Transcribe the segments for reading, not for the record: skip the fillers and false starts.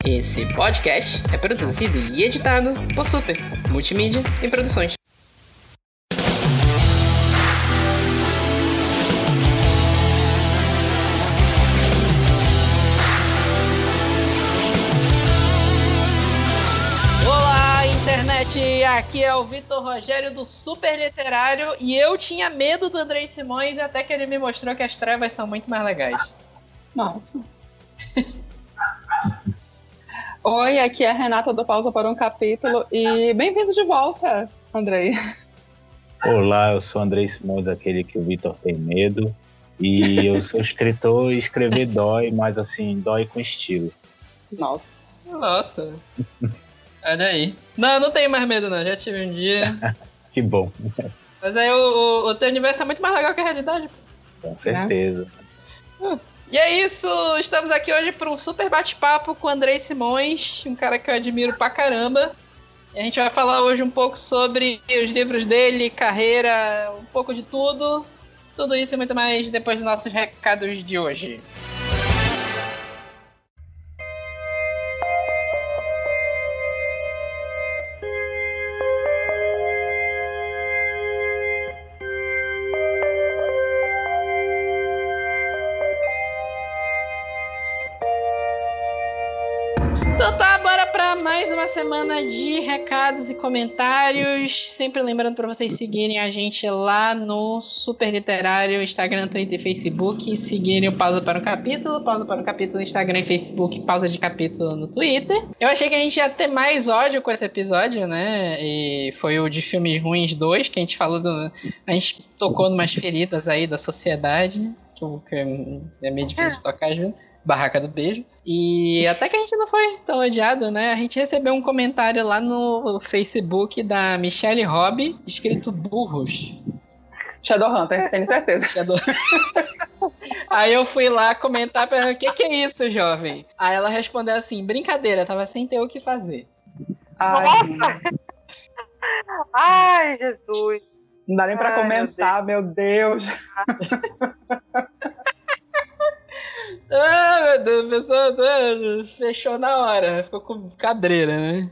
Esse podcast é produzido e editado por Super Multimídia e Produções. Olá, internet! Aqui é o Vitor Rogério do Super Literário e eu tinha medo do Andrei Simões até que ele me mostrou que as trevas são muito mais legais. Nossa. Oi, aqui é a Renata do Pausa para um Capítulo e bem-vindo de volta, Andrei. Olá, eu sou Andrei Simões, aquele que o Vitor tem medo. E eu sou escritor e escrever dói, mas assim, dói com estilo. Nossa. Olha aí. Não tenho mais medo não, já tive um dia. Que bom. Mas aí o teu universo é muito mais legal que a realidade. Com certeza. E é isso, estamos aqui hoje para um super bate-papo com o Andrei Simões, um cara que eu admiro pra caramba. E a gente vai falar hoje um pouco sobre os livros dele, carreira, um pouco de tudo. Tudo isso e muito mais depois dos nossos recados de hoje. Então tá, bora pra mais uma semana de recados e comentários. Sempre lembrando pra vocês seguirem a gente lá no Super Literário, Instagram, Twitter e Facebook. Seguirem o Pausa para um Capítulo, Pausa para um Capítulo no Instagram e Facebook, Pausa de Capítulo no Twitter. Eu achei que a gente ia ter mais ódio com esse episódio, né? E foi o de Filmes Ruins 2, que a gente falou a gente tocou numas feridas aí da sociedade, que é meio difícil de tocar, viu? Barraca do Beijo. E até que a gente não foi tão odiado, né? A gente recebeu um comentário lá no Facebook da Michelle Hobby, escrito burros. Shadowhunter, tenho certeza. Aí eu fui lá comentar, perguntando, o que é isso, jovem? Aí ela respondeu assim, brincadeira, tava sem ter o que fazer. Nossa! Ai, Jesus! Não dá nem pra comentar, meu Deus. Ah, meu Deus, a pessoa fechou na hora, ficou com cadreira, né?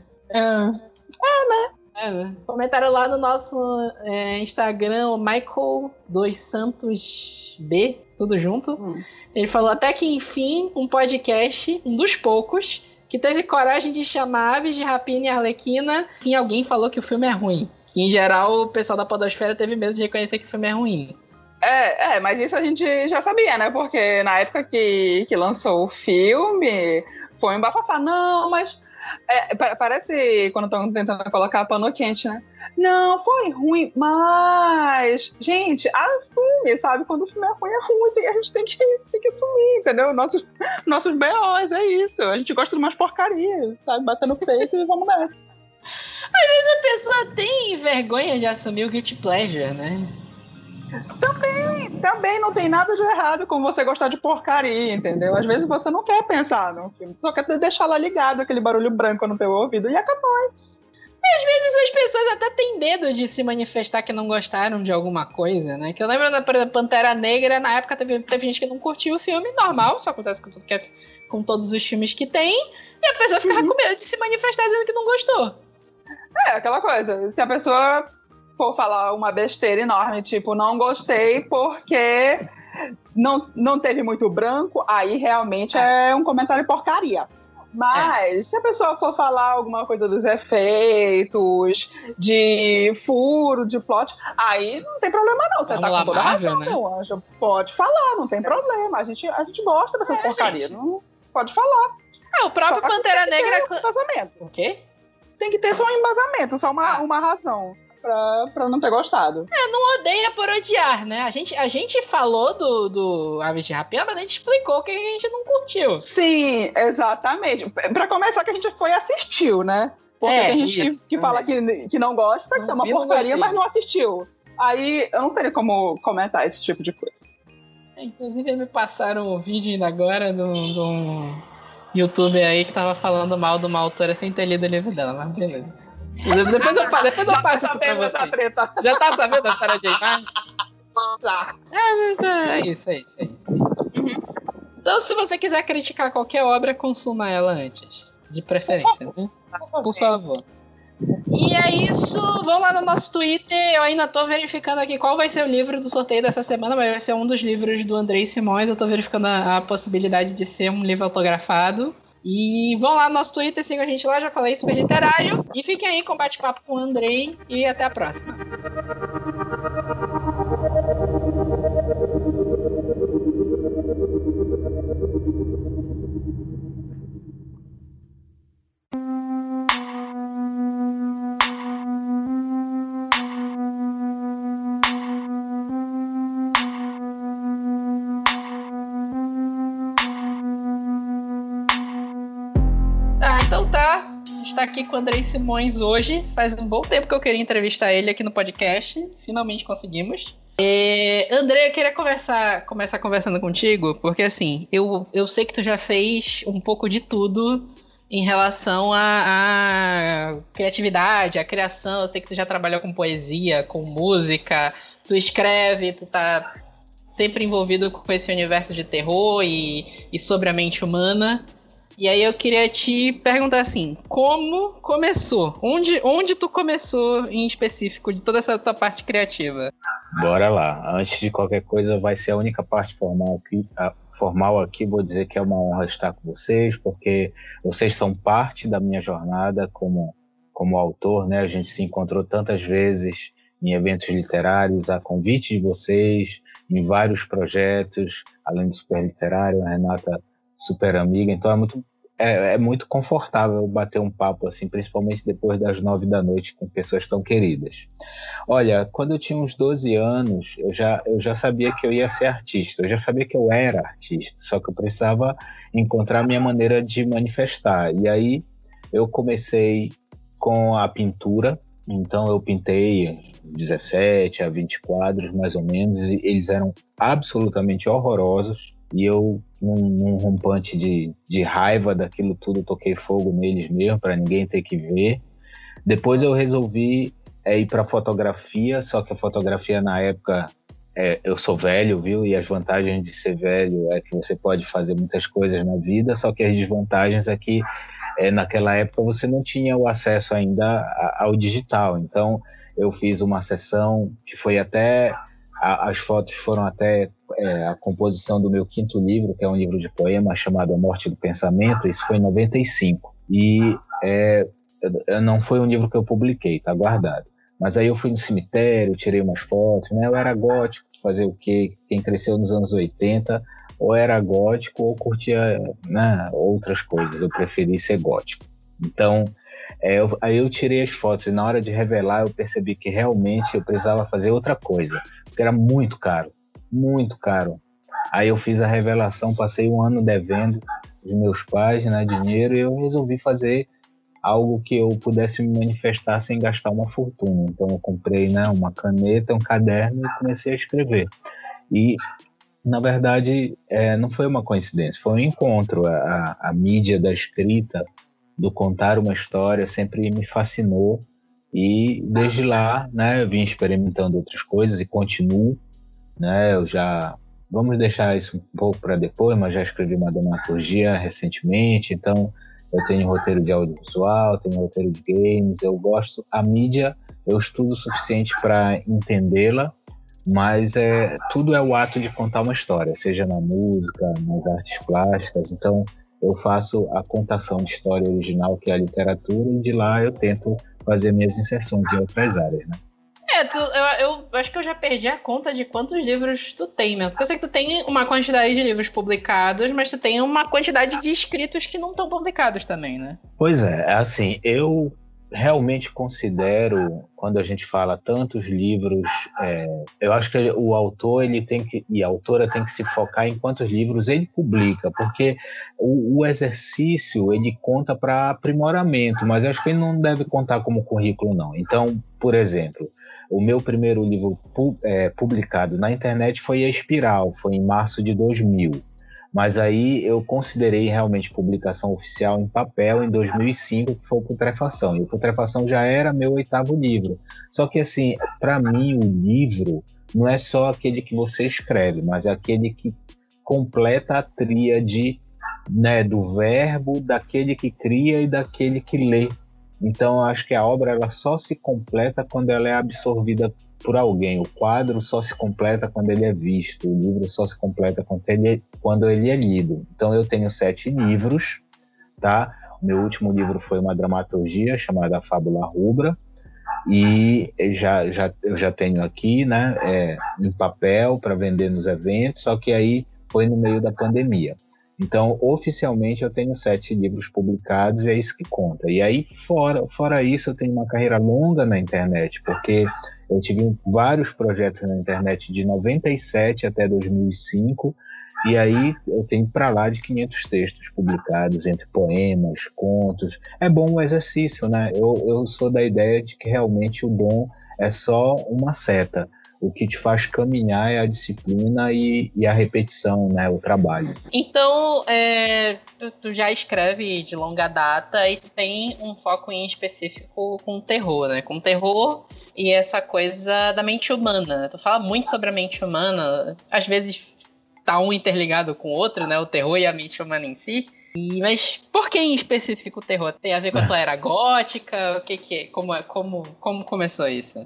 né? Comentaram lá no nosso Instagram, o Michael dos Santos B, tudo junto. Ele falou, até que enfim, um podcast, um dos poucos, que teve coragem de chamar Aves de Rapina e Arlequina, e alguém falou que o filme é ruim. Que, em geral, o pessoal da podosfera teve medo de reconhecer que o filme é ruim. Mas isso a gente já sabia, né? Porque na época que lançou o filme, foi um bafafá. Não, mas parece quando estão tentando colocar pano quente, né? Não, foi ruim, mas... Gente, assume, sabe? Quando o filme é ruim, a gente tem que assumir, entendeu? Nossos B.O.s, é isso. A gente gosta de umas porcarias, sabe? Batendo no peito e vamos nessa. Às vezes a pessoa tem vergonha de assumir o guilty pleasure, né? Também não tem nada de errado com você gostar de porcaria, entendeu? Às vezes você não quer pensar no filme, só quer deixar lá ligado, aquele barulho branco no teu ouvido, e acabou. Às vezes as pessoas até têm medo de se manifestar que não gostaram de alguma coisa, né? Que eu lembro da Pantera Negra, na época teve gente que não curtiu o filme, normal, isso acontece com todos os filmes que tem, e a pessoa ficava com medo de se manifestar dizendo que não gostou. Aquela coisa, se a pessoa for falar uma besteira enorme, tipo, não gostei porque não teve muito branco, aí realmente é um comentário porcaria. Mas se a pessoa for falar alguma coisa dos efeitos, de furo, de plot, aí não tem problema não. Você tá com toda a razão, meu anjo. Pode falar, não tem problema. A gente gosta dessas porcarias. Não pode falar. O próprio Pantera Negra... Um embasamento. O quê? Tem que ter só um embasamento, só uma razão. Pra não ter gostado. Não odeia por odiar, né? A gente falou do Aves de Rapina, mas a gente explicou que a gente não curtiu. Sim, exatamente. Pra começar, que a gente foi e assistiu, né? Porque tem gente que fala que não gosta, que é uma porcaria, mas não assistiu. Aí eu não teria como comentar esse tipo de coisa. Inclusive, me passaram um vídeo ainda agora de um youtuber aí que tava falando mal de uma autora sem ter lido o livro dela, mas beleza. Depois eu passo isso pra você. Treta. Já tá sabendo da história de imagem? Já. É isso aí. Então, se você quiser criticar qualquer obra, consuma ela antes. De preferência, né? Por favor. E é isso, vamos lá no nosso Twitter. Eu ainda tô verificando aqui qual vai ser o livro do sorteio dessa semana, mas vai ser um dos livros do Andrei Simões. Eu tô verificando a possibilidade de ser um livro autografado. E vão lá no nosso Twitter, sigam a gente lá, já falei, Super Literário. E fiquem aí com o bate-papo com o Andrei e até a próxima. Está aqui com o Andrei Simões hoje. Faz um bom tempo que eu queria entrevistar ele aqui no podcast. Finalmente conseguimos. Andrei, eu queria começar conversando contigo, porque assim, eu sei que tu já fez um pouco de tudo em relação à criatividade, à criação. Eu sei que tu já trabalhou com poesia, com música, tu escreve, tu tá sempre envolvido com esse universo de terror e sobre a mente humana. E aí eu queria te perguntar assim, como começou? Onde tu começou em específico de toda essa tua parte criativa? Bora lá. Antes de qualquer coisa, vai ser a única parte formal aqui. Vou dizer que é uma honra estar com vocês, porque vocês são parte da minha jornada como autor, né? A gente se encontrou tantas vezes em eventos literários, a convite de vocês, em vários projetos, além do Super Literário, a Renata super amiga, então é muito confortável bater um papo assim, principalmente depois das 9 da noite com pessoas tão queridas. Olha, quando eu tinha uns 12 anos, eu já sabia que eu ia ser artista, eu já sabia que eu era artista, só que eu precisava encontrar a minha maneira de manifestar, e aí eu comecei com a pintura, então eu pintei 17 a 20 quadros mais ou menos, e eles eram absolutamente horrorosos, e eu, num rompante de raiva daquilo tudo, toquei fogo neles mesmo, para ninguém ter que ver. Depois eu resolvi ir para fotografia, só que a fotografia na época, eu sou velho, viu? E as vantagens de ser velho é que você pode fazer muitas coisas na vida, só que as desvantagens é que naquela época você não tinha o acesso ainda ao digital. Então eu fiz uma sessão que foi até... As fotos foram até a composição do meu 5º livro, que é um livro de poema chamado A Morte do Pensamento. Isso foi em 95. E não foi um livro que eu publiquei, tá guardado. Mas aí eu fui no cemitério, tirei umas fotos, né? Eu era gótico, fazer o quê? Quem cresceu nos anos 80, ou era gótico ou curtia, né, outras coisas. Eu preferi ser gótico. Então, aí eu tirei as fotos e na hora de revelar eu percebi que realmente eu precisava fazer outra coisa, porque era muito caro, muito caro. Aí eu fiz a revelação, passei um ano devendo os meus pais, né, dinheiro, e eu resolvi fazer algo que eu pudesse me manifestar sem gastar uma fortuna. Então eu comprei, né, uma caneta, um caderno e comecei a escrever. E, na verdade, não foi uma coincidência, foi um encontro. A mídia da escrita, do contar uma história, sempre me fascinou. E desde lá, né, eu vim experimentando outras coisas e continuo, né, vamos deixar isso um pouco para depois, mas já escrevi uma dramaturgia recentemente, então eu tenho roteiro de audiovisual, tenho roteiro de games, eu gosto, a mídia, eu estudo o suficiente para entendê-la, mas tudo é o ato de contar uma história, seja na música, nas artes plásticas, então eu faço a contação de história original, que é a literatura, e de lá eu tento fazer minhas inserções em outras áreas, né? Eu acho que eu já perdi a conta de quantos livros tu tem mesmo. Porque eu sei que tu tem uma quantidade de livros publicados, mas tu tem uma quantidade de escritos que não estão publicados também, né? Pois assim, eu realmente considero, quando a gente fala tantos livros, eu acho que o autor e a autora tem que se focar em quantos livros ele publica, porque o exercício ele conta para aprimoramento, mas eu acho que ele não deve contar como currículo, não. Então, por exemplo, o meu primeiro livro publicado na internet foi A Espiral, foi em março de 2000. Mas aí eu considerei realmente publicação oficial em papel em 2005, que foi o Putrefação. E o Putrefação já era meu 8º livro. Só que, assim, para mim, o livro não é só aquele que você escreve, mas é aquele que completa a tríade né, do verbo, daquele que cria e daquele que lê. Então, eu acho que a obra ela só se completa quando ela é absorvida por alguém. O quadro só se completa quando ele é visto. O livro só se completa quando ele é lido. Então, eu tenho 7 livros, tá? O meu último livro foi uma dramaturgia chamada Fábula Rubra, e eu já tenho aqui, né, em papel para vender nos eventos, só que aí foi no meio da pandemia. Então, oficialmente, eu tenho 7 livros publicados e é isso que conta. E aí, fora isso, eu tenho uma carreira longa na internet, porque eu tive vários projetos na internet de 97 até 2005, e aí eu tenho para lá de 500 textos publicados, entre poemas, contos. É bom o exercício, né? Eu sou da ideia de que realmente o dom é só uma seta. O que te faz caminhar é a disciplina e a repetição, né? O trabalho. Então, tu já escreve de longa data e tu tem um foco em específico com terror, né? Com terror e essa coisa da mente humana. Tu fala muito sobre a mente humana, às vezes tá um interligado com o outro, né? O terror e a mente humana em si. Mas por que em específico o terror? Tem a ver com a tua era gótica? O que é? Como começou isso?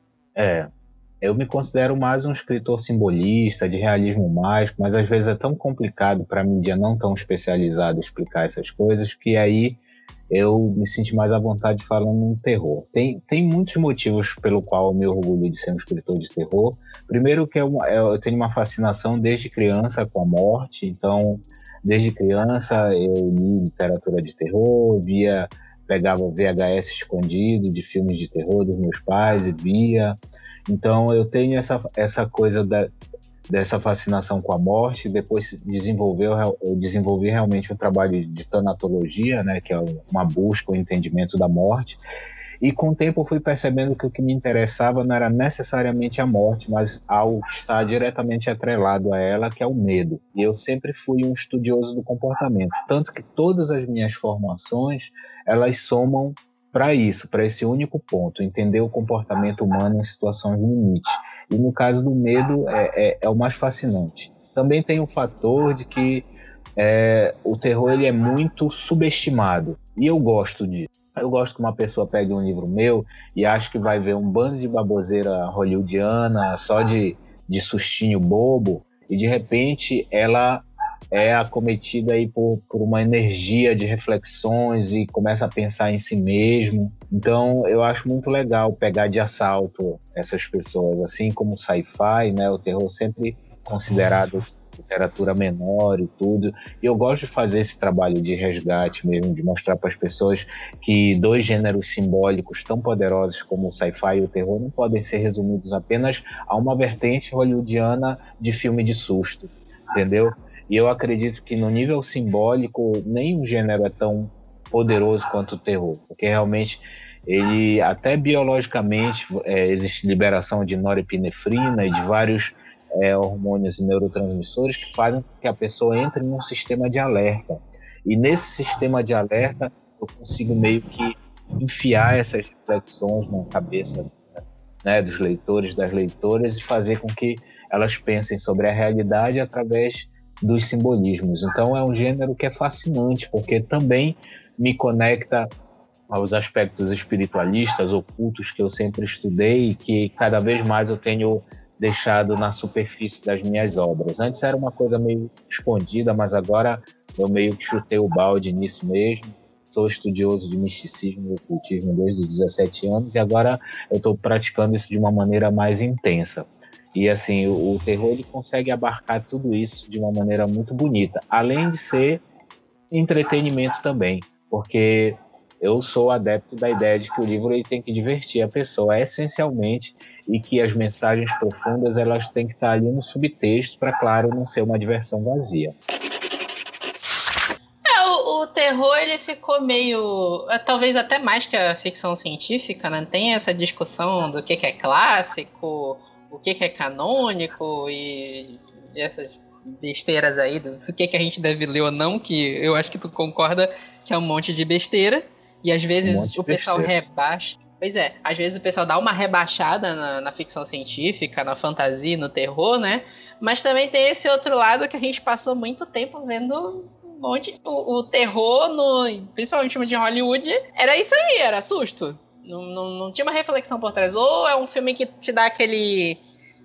Eu me considero mais um escritor simbolista, de realismo mágico, mas às vezes é tão complicado para a mídia não tão especializada explicar essas coisas, que aí eu me sinto mais à vontade falando no terror. Tem muitos motivos pelo qual eu me orgulho de ser um escritor de terror. Primeiro que eu tenho uma fascinação desde criança com a morte, então desde criança eu li literatura de terror, pegava VHS escondido de filmes de terror dos meus pais e via. Então eu tenho essa coisa dessa fascinação com a morte. Depois eu desenvolvi realmente um trabalho de tanatologia, né, que é uma busca, um entendimento da morte. E com o tempo eu fui percebendo que o que me interessava não era necessariamente a morte, mas algo que está diretamente atrelado a ela, que é o medo. E eu sempre fui um estudioso do comportamento, tanto que todas as minhas formações, elas somam para isso, para esse único ponto, entender o comportamento humano em situações de limite. E no caso do medo é o mais fascinante. Também tem o fator de que o terror ele é muito subestimado, e eu gosto disso. Eu gosto que uma pessoa pegue um livro meu e ache que vai ver um bando de baboseira hollywoodiana, só de sustinho bobo, e de repente ela é acometida aí por uma energia de reflexões e começa a pensar em si mesmo. Então eu acho muito legal pegar de assalto essas pessoas, assim como o sci-fi, né? O terror sempre considerado literatura menor e tudo, e eu gosto de fazer esse trabalho de resgate mesmo, de mostrar para as pessoas que 2 gêneros simbólicos tão poderosos como o sci-fi e o terror não podem ser resumidos apenas a uma vertente hollywoodiana de filme de susto, entendeu? E eu acredito que no nível simbólico nenhum gênero é tão poderoso quanto o terror, porque realmente ele, até biologicamente, existe liberação de norepinefrina e de vários hormônios e neurotransmissores que fazem com que a pessoa entre num sistema de alerta. E nesse sistema de alerta eu consigo meio que enfiar essas reflexões na cabeça, né, dos leitores, das leitoras, e fazer com que elas pensem sobre a realidade através dos simbolismos. Então é um gênero que é fascinante, porque também me conecta aos aspectos espiritualistas, ocultos, que eu sempre estudei e que cada vez mais eu tenho deixado na superfície das minhas obras. Antes era uma coisa meio escondida, mas agora eu meio que chutei o balde nisso mesmo. Sou estudioso de misticismo e ocultismo desde os 17 anos e agora eu estou praticando isso de uma maneira mais intensa. E assim, o terror ele consegue abarcar tudo isso de uma maneira muito bonita, além de ser entretenimento também, porque eu sou adepto da ideia de que o livro ele tem que divertir a pessoa essencialmente, e que as mensagens profundas elas têm que estar ali no subtexto para, claro, não ser uma diversão vazia. O terror ele ficou meio, talvez até mais que a ficção científica, né? Tem essa discussão do que é clássico, o que é canônico e essas besteiras aí, do que a gente deve ler ou não, que eu acho que tu concorda que é um monte de besteira, e às vezes o pessoal rebaixa. Pois é, às vezes o pessoal dá uma rebaixada na ficção científica, na fantasia, no terror, né? Mas também tem esse outro lado que a gente passou muito tempo vendo monte. O terror, principalmente filme de Hollywood, era isso aí, era susto. Não tinha uma reflexão por trás. Ou é um filme que te dá aqueles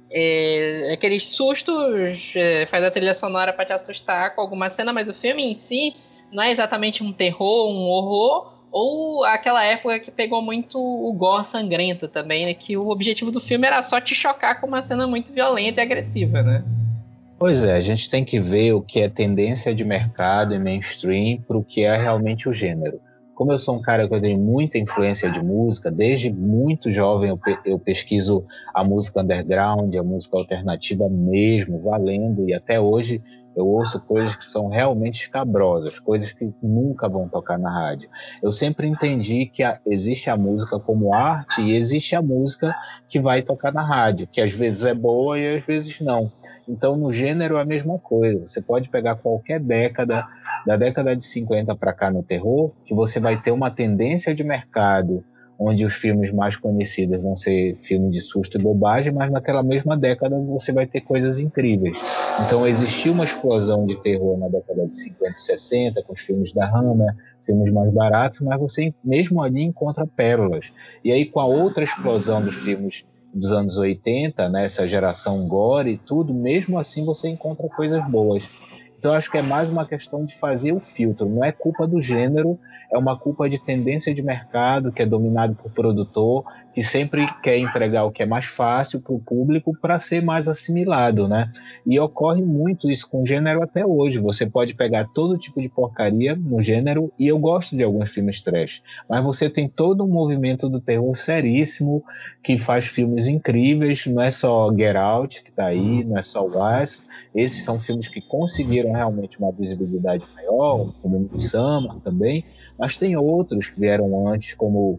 sustos, faz a trilha sonora pra te assustar com alguma cena, mas o filme em si não é exatamente um terror, um horror, ou aquela época que pegou muito o gore sangrento também, né? Que o objetivo do filme era só te chocar com uma cena muito violenta e agressiva, né? Pois é, a gente tem que ver o que é tendência de mercado e mainstream para o que é realmente o gênero. Como eu sou um cara que eu tenho muita influência de música, desde muito jovem eu pesquiso a música underground, a música alternativa mesmo, valendo, e até hoje eu ouço coisas que são realmente escabrosas, coisas que nunca vão tocar na rádio. Eu sempre entendi que existe a música como arte e existe a música que vai tocar na rádio, que às vezes é boa e às vezes não. Então, no gênero é a mesma coisa. Você pode pegar qualquer década, da década de 50 para cá no terror, que você vai ter uma tendência de mercado, onde os filmes mais conhecidos vão ser filmes de susto e bobagem, mas naquela mesma década você vai ter coisas incríveis. Então existiu uma explosão de terror na década de 50 e 60, com os filmes da Hammer, filmes mais baratos, mas você mesmo ali encontra pérolas. E aí com a outra explosão dos filmes dos anos 80, né, essa geração gore e tudo, mesmo assim você encontra coisas boas. Então acho que é mais uma questão de fazer o filtro, não é culpa do gênero, é uma culpa de tendência de mercado que é dominado por produtor, que sempre quer entregar o que é mais fácil para o público para ser mais assimilado, né? E ocorre muito isso com o gênero até hoje. Você pode pegar todo tipo de porcaria no gênero, e eu gosto de alguns filmes trash, mas você tem todo um movimento do terror seríssimo que faz filmes incríveis, não é só Get Out que está aí, não é só Us, esses são filmes que conseguiram realmente uma visibilidade maior, como Midsommar também, mas tem outros que vieram antes, como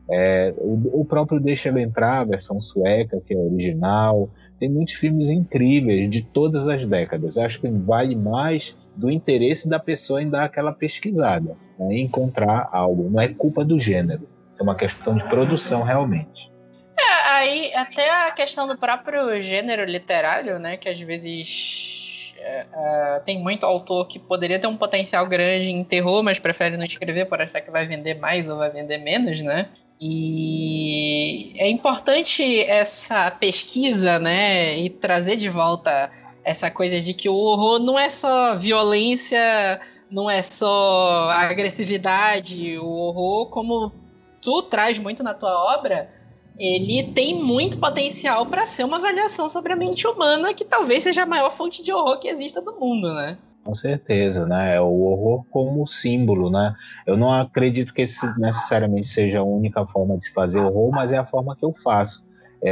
o próprio Deixa Ela Entrar, a versão sueca, que é original. Tem muitos filmes incríveis de todas as décadas. Acho que vale mais do interesse da pessoa em dar aquela pesquisada, né, em encontrar algo. Não é culpa do gênero, é uma questão de produção realmente. Aí até a questão do próprio gênero literário, né, que às vezes tem muito autor que poderia ter um potencial grande em terror, mas prefere não escrever por achar que vai vender mais ou vai vender menos, né? E é importante essa pesquisa, né, e trazer de volta essa coisa de que o horror não é só violência, não é só agressividade. O horror, como tu traz muito na tua obra, ele tem muito potencial para ser uma avaliação sobre a mente humana, que talvez seja a maior fonte de horror que exista no mundo, né? Com certeza, né? É o horror como símbolo, né? Eu não acredito que esse necessariamente seja a única forma de se fazer horror, mas é a forma que eu faço.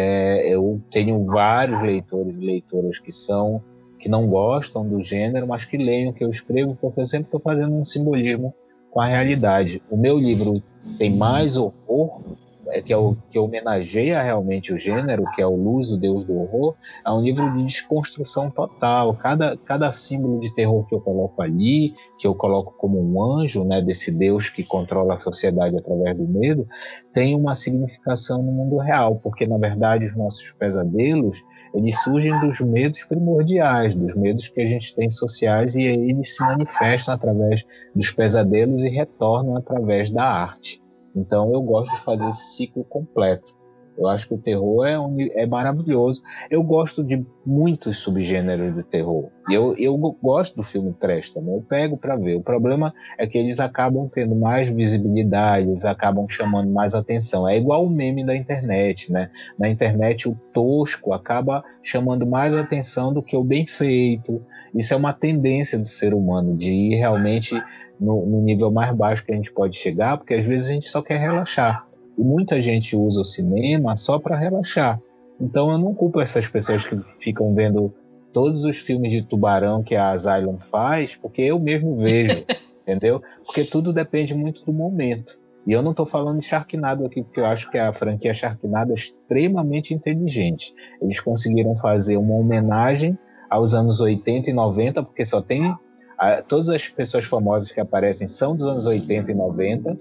Eu tenho vários leitores e leitoras que não gostam do gênero, mas que leem o que eu escrevo, porque eu sempre estou fazendo um simbolismo com a realidade. O meu livro tem mais horror, que homenageia realmente o gênero, que é o Luz, o Deus do Horror. É um livro de desconstrução total. Cada símbolo de terror que eu coloco ali, que eu coloco como um anjo, né, desse Deus que controla a sociedade através do medo, tem uma significação no mundo real, porque na verdade os nossos pesadelos, eles surgem dos medos primordiais, dos medos que a gente tem sociais, e aí eles se manifestam através dos pesadelos e retornam através da arte. Então eu gosto de fazer esse ciclo completo. Eu acho que o terror é maravilhoso. Eu gosto de muitos subgêneros de terror. E eu gosto do filme trash também. Eu pego para ver. O problema é que eles acabam tendo mais visibilidade, eles acabam chamando mais atenção. É igual o meme da internet, né? Na internet o tosco acaba chamando mais atenção do que o bem feito. Isso é uma tendência do ser humano, de ir realmente no nível mais baixo que a gente pode chegar, porque às vezes a gente só quer relaxar. E muita gente usa o cinema só para relaxar. Então eu não culpo essas pessoas que ficam vendo todos os filmes de tubarão que a Asylum faz, porque eu mesmo vejo, entendeu? Porque tudo depende muito do momento. E eu não estou falando de Sharknado aqui, porque eu acho que a franquia Sharknado é extremamente inteligente. Eles conseguiram fazer uma homenagem aos anos 80 e 90, porque só tem... Todas as pessoas famosas que aparecem são dos anos 80 e 90,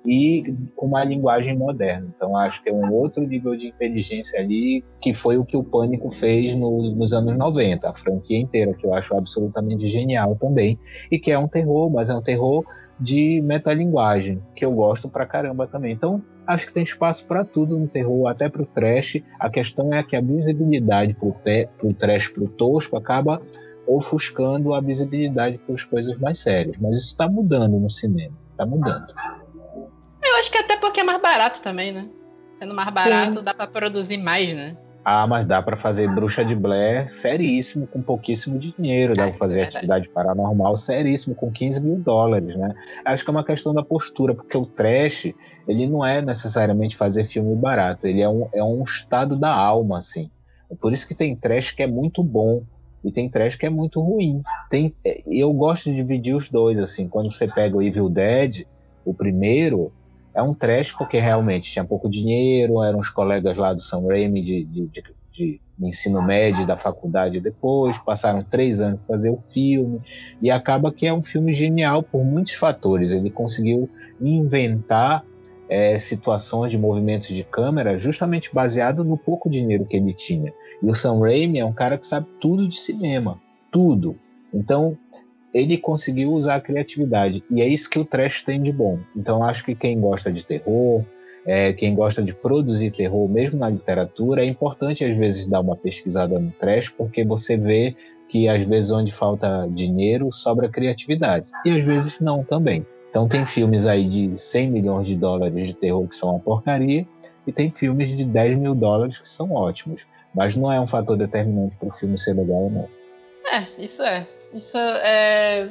e com uma linguagem moderna. Então acho que é um outro nível de inteligência ali, que foi o que o Pânico fez nos anos 90, a franquia inteira, que eu acho absolutamente genial também, e que é um terror, mas é um terror de metalinguagem, que eu gosto pra caramba também. Então acho que tem espaço para tudo no terror, até pro trash. A questão é que a visibilidade pro trash, pro tosco, acaba ofuscando a visibilidade para as coisas mais sérias. Mas isso está mudando no cinema, está mudando. Eu acho que até porque é mais barato também, né? Sendo mais barato, dá pra produzir mais, né? Ah, mas dá para fazer Bruxa de Blair seríssimo, com pouquíssimo dinheiro. Dá para fazer Atividade Paranormal seríssimo, com $15 mil, né? Acho que é uma questão da postura, porque o trash, ele não é necessariamente fazer filme barato. Ele é um estado da alma, assim. É por isso que tem trash que é muito bom e tem trash que é muito ruim. Eu gosto de dividir os dois, assim. Quando você pega o Evil Dead, o primeiro... É um trash porque realmente tinha pouco dinheiro, eram os colegas lá do Sam Raimi de ensino médio da faculdade depois, passaram 3 anos para fazer o filme, e acaba que é um filme genial por muitos fatores. Ele conseguiu inventar situações de movimentos de câmera justamente baseado no pouco dinheiro que ele tinha. E o Sam Raimi é um cara que sabe tudo de cinema, tudo. Então, ele conseguiu usar a criatividade, e é isso que o trash tem de bom. Então acho que quem gosta de terror, quem gosta de produzir terror, mesmo na literatura, é importante às vezes dar uma pesquisada no trash, porque você vê que às vezes onde falta dinheiro, sobra criatividade, e às vezes não também. Então tem filmes aí de $100 milhões de terror que são uma porcaria, e tem filmes de $10 mil que são ótimos, mas não é um fator determinante para o filme ser legal ou não. Isso é. Isso é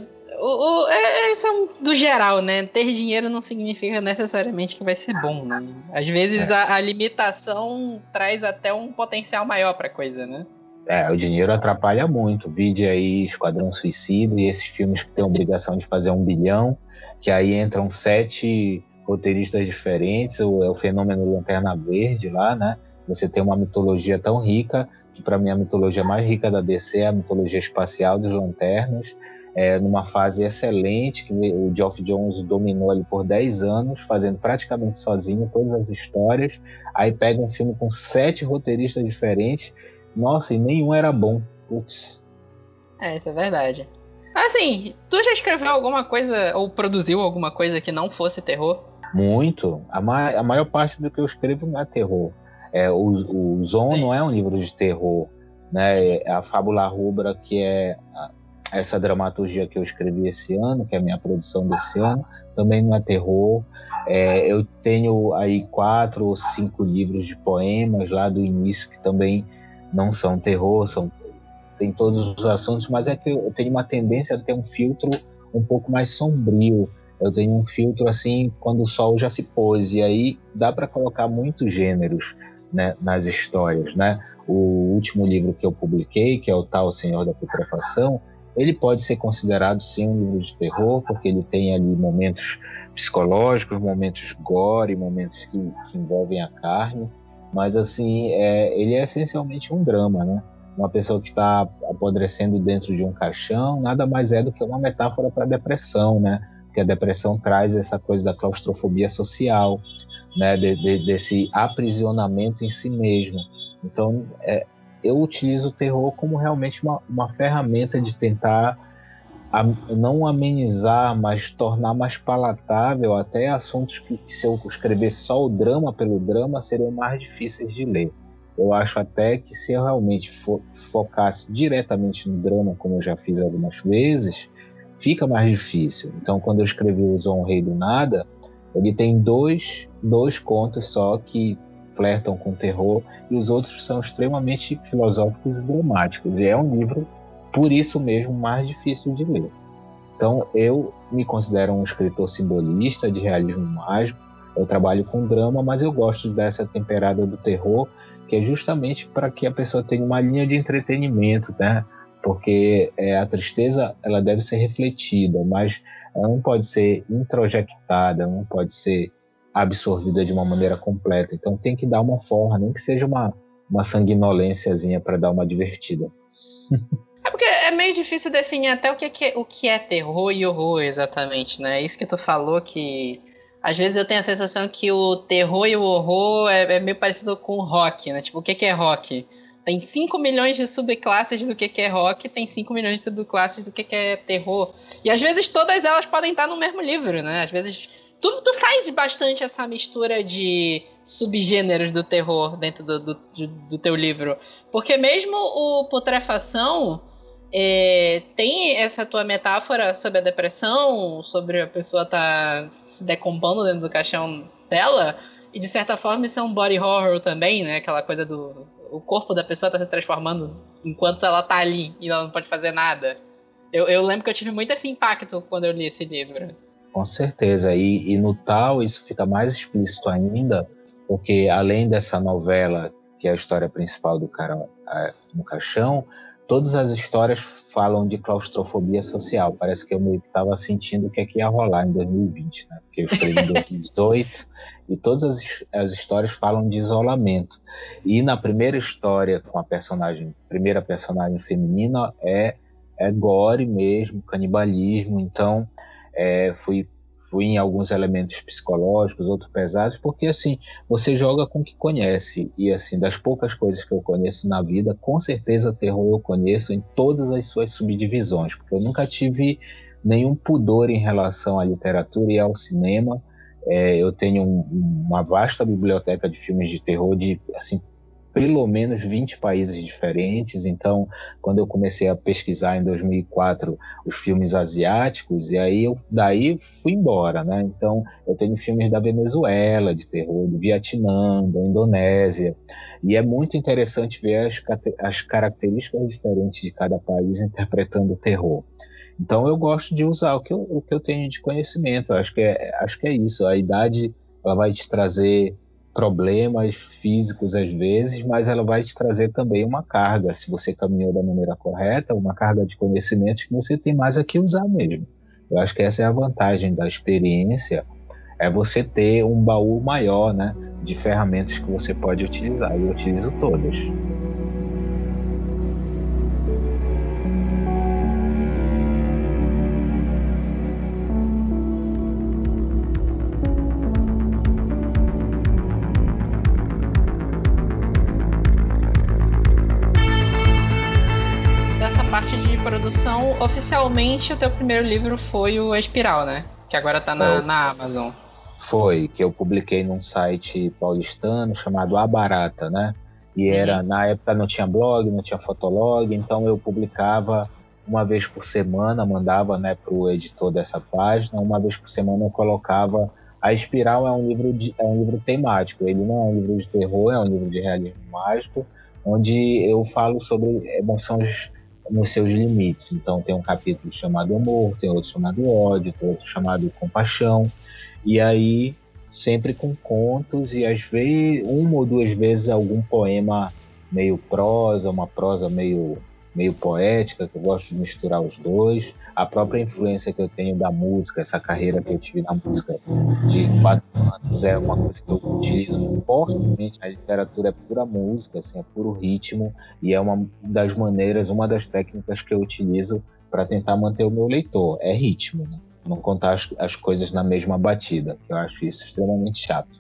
do geral, né? Ter dinheiro não significa necessariamente que vai ser bom, né? Às vezes a limitação traz até um potencial maior pra coisa, né? O dinheiro atrapalha muito. Vide aí Esquadrão Suicida e esses filmes que têm a obrigação de fazer 1 bilhão, que aí entram 7 roteiristas diferentes, é o fenômeno Lanterna Verde lá, né? Você tem uma mitologia tão rica, que para mim a mitologia mais rica da DC é a mitologia espacial dos Lanternas, numa fase excelente, que o Geoff Johns dominou ali por 10 anos, fazendo praticamente sozinho todas as histórias. Aí pega um filme com 7 roteiristas diferentes, nossa, e nenhum era bom. Putz. Isso é verdade. Assim, tu já escreveu alguma coisa, ou produziu alguma coisa que não fosse terror? Muito. A maior parte do que eu escrevo não é terror. O Zon não é um livro de terror, né? A Fábula Rubra, que é essa dramaturgia que eu escrevi esse ano, que é a minha produção desse ano, também não é terror. Eu tenho aí 4 ou 5 livros de poemas lá do início que também não são terror, tem todos os assuntos, mas é que eu tenho uma tendência a ter um filtro um pouco mais sombrio. Eu tenho um filtro assim quando o sol já se pôs, e aí dá para colocar muitos gêneros, né, nas histórias, né? O último livro que eu publiquei, que é o Tal Senhor da Putrefação, ele pode ser considerado sim um livro de terror, porque ele tem ali momentos psicológicos, momentos gore, momentos que envolvem a carne, mas assim, ele é essencialmente um drama, né? Uma pessoa que está apodrecendo dentro de um caixão nada mais é do que uma metáfora para a depressão, né? Porque a depressão traz essa coisa da claustrofobia social, né? Desse aprisionamento em si mesmo. Então, eu utilizo o terror como realmente uma ferramenta de tentar não amenizar, mas tornar mais palatável até assuntos que se eu escrever só o drama pelo drama seriam mais difíceis de ler. Eu acho até que se eu realmente focasse diretamente no drama, como eu já fiz algumas vezes, fica mais difícil. Então, quando eu escrevi o Zon Rei do Nada, ele tem dois contos só que flertam com terror, e os outros são extremamente filosóficos e dramáticos. E é um livro, por isso mesmo, mais difícil de ler. Então, eu me considero um escritor simbolista de realismo mágico. Eu trabalho com drama, mas eu gosto dessa temperada do terror, que é justamente para que a pessoa tenha uma linha de entretenimento, né? Porque a tristeza ela deve ser refletida, mas ela não pode ser introjectada, não pode ser absorvida de uma maneira completa. Então tem que dar uma forma, nem que seja uma sanguinolênciazinha para dar uma divertida. Porque é meio difícil definir até o que é terror e horror exatamente, né? Isso que tu falou que Às vezes eu tenho a sensação que o terror e o horror é meio parecido com o rock, né? Tipo, o que é rock? Tem 5 milhões de subclasses do que é rock, tem 5 milhões de subclasses do que é terror. E às vezes todas elas podem estar no mesmo livro, né? Às vezes tu faz bastante essa mistura de subgêneros do terror dentro do teu livro. Porque mesmo o Putrefação tem essa tua metáfora sobre a depressão, sobre a pessoa tá se decompondo dentro do caixão dela, e de certa forma isso é um body horror também, né? Aquela coisa o corpo da pessoa tá se transformando enquanto ela tá ali e ela não pode fazer nada. Eu lembro que eu tive muito esse impacto quando eu li esse livro. Com certeza, e no tal isso fica mais explícito ainda, porque além dessa novela, que é a história principal do cara no caixão, todas as histórias falam de claustrofobia social. Parece que eu meio que estava sentindo o que é que ia rolar em 2020, né? Porque eu escrevi em 2018 e todas as histórias falam de isolamento. E na primeira história, com a primeira personagem feminina, é gore mesmo, canibalismo. Então, fui em alguns elementos psicológicos, outros pesados, porque assim, você joga com o que conhece, e assim, das poucas coisas que eu conheço na vida, com certeza terror eu conheço em todas as suas subdivisões, porque eu nunca tive nenhum pudor em relação à literatura e ao cinema. Eu tenho uma vasta biblioteca de filmes de terror de, assim, pelo menos 20 países diferentes. Então, quando eu comecei a pesquisar em 2004 os filmes asiáticos, e aí daí fui embora, né? Então, eu tenho filmes da Venezuela, de terror, do Vietnã, da Indonésia, e é muito interessante ver as características diferentes de cada país interpretando o terror. Então, eu gosto de usar o que eu tenho de conhecimento. Acho que é isso. A idade, ela vai te trazer problemas físicos às vezes, mas ela vai te trazer também uma carga, se você caminhou da maneira correta, uma carga de conhecimentos que você tem mais a que usar mesmo. Eu acho que essa é a vantagem da experiência, é você ter um baú maior, né, de ferramentas que você pode utilizar, e eu utilizo todas. Produção, oficialmente o teu primeiro livro foi o Espiral, né? Que agora tá na Amazon. Foi, que eu publiquei num site paulistano chamado A Barata, né? E na época não tinha blog, não tinha fotolog, então eu publicava uma vez por semana, mandava, né, pro editor dessa página, uma vez por semana eu colocava. A Espiral é um livro temático, ele não é um livro de terror, é um livro de realismo mágico, onde eu falo sobre emoções nos seus limites. Então tem um capítulo chamado amor, tem outro chamado ódio, tem outro chamado compaixão, e aí sempre com contos, e às vezes, uma ou duas vezes algum poema meio prosa, uma prosa meio poética, que eu gosto de misturar os dois. A própria influência que eu tenho da música, essa carreira que eu tive na música de 4 anos, é uma coisa que eu utilizo fortemente. A literatura é pura música, assim, é puro ritmo, e é uma das técnicas que eu utilizo para tentar manter o meu leitor, é ritmo, né? Não contar as coisas na mesma batida, que eu acho isso extremamente chato.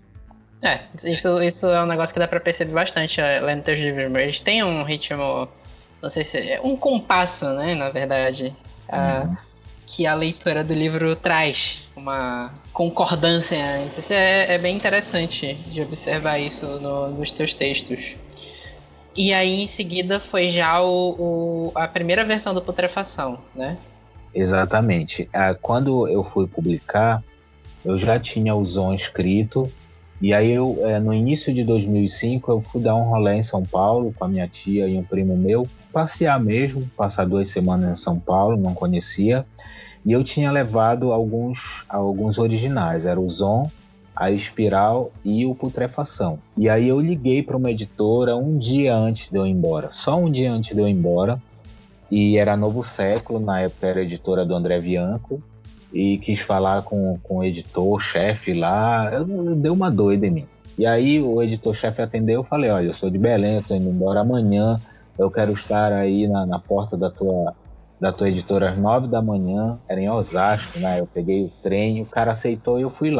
Isso é um negócio que dá para perceber bastante lendo teus livros. Eles têm um ritmo, não sei se é um compasso, né, na verdade, que a leitura do livro traz uma concordância. Isso é bem interessante de observar isso nos teus textos. E aí, em seguida, foi já a primeira versão do Putrefação, né? Exatamente. Quando eu fui publicar, eu já tinha o Zon escrito, e aí no início de 2005, eu fui dar um rolê em São Paulo com a minha tia e um primo meu, passear mesmo, passar 2 semanas em São Paulo, não conhecia, e eu tinha levado alguns originais, era o Zon, a Espiral e o Putrefação. E aí eu liguei para uma editora um dia antes de eu ir embora, só um dia antes de eu ir embora, e era Novo Século, na época era a editora do André Bianco, e quis falar com o editor-chefe lá, deu uma doida em mim. E aí o editor-chefe atendeu, eu falei, olha, eu sou de Belém, eu tô indo embora amanhã, eu quero estar aí na porta da tua editora às 9 da manhã, era em Osasco, né? Eu peguei o trem, o cara aceitou e eu fui lá.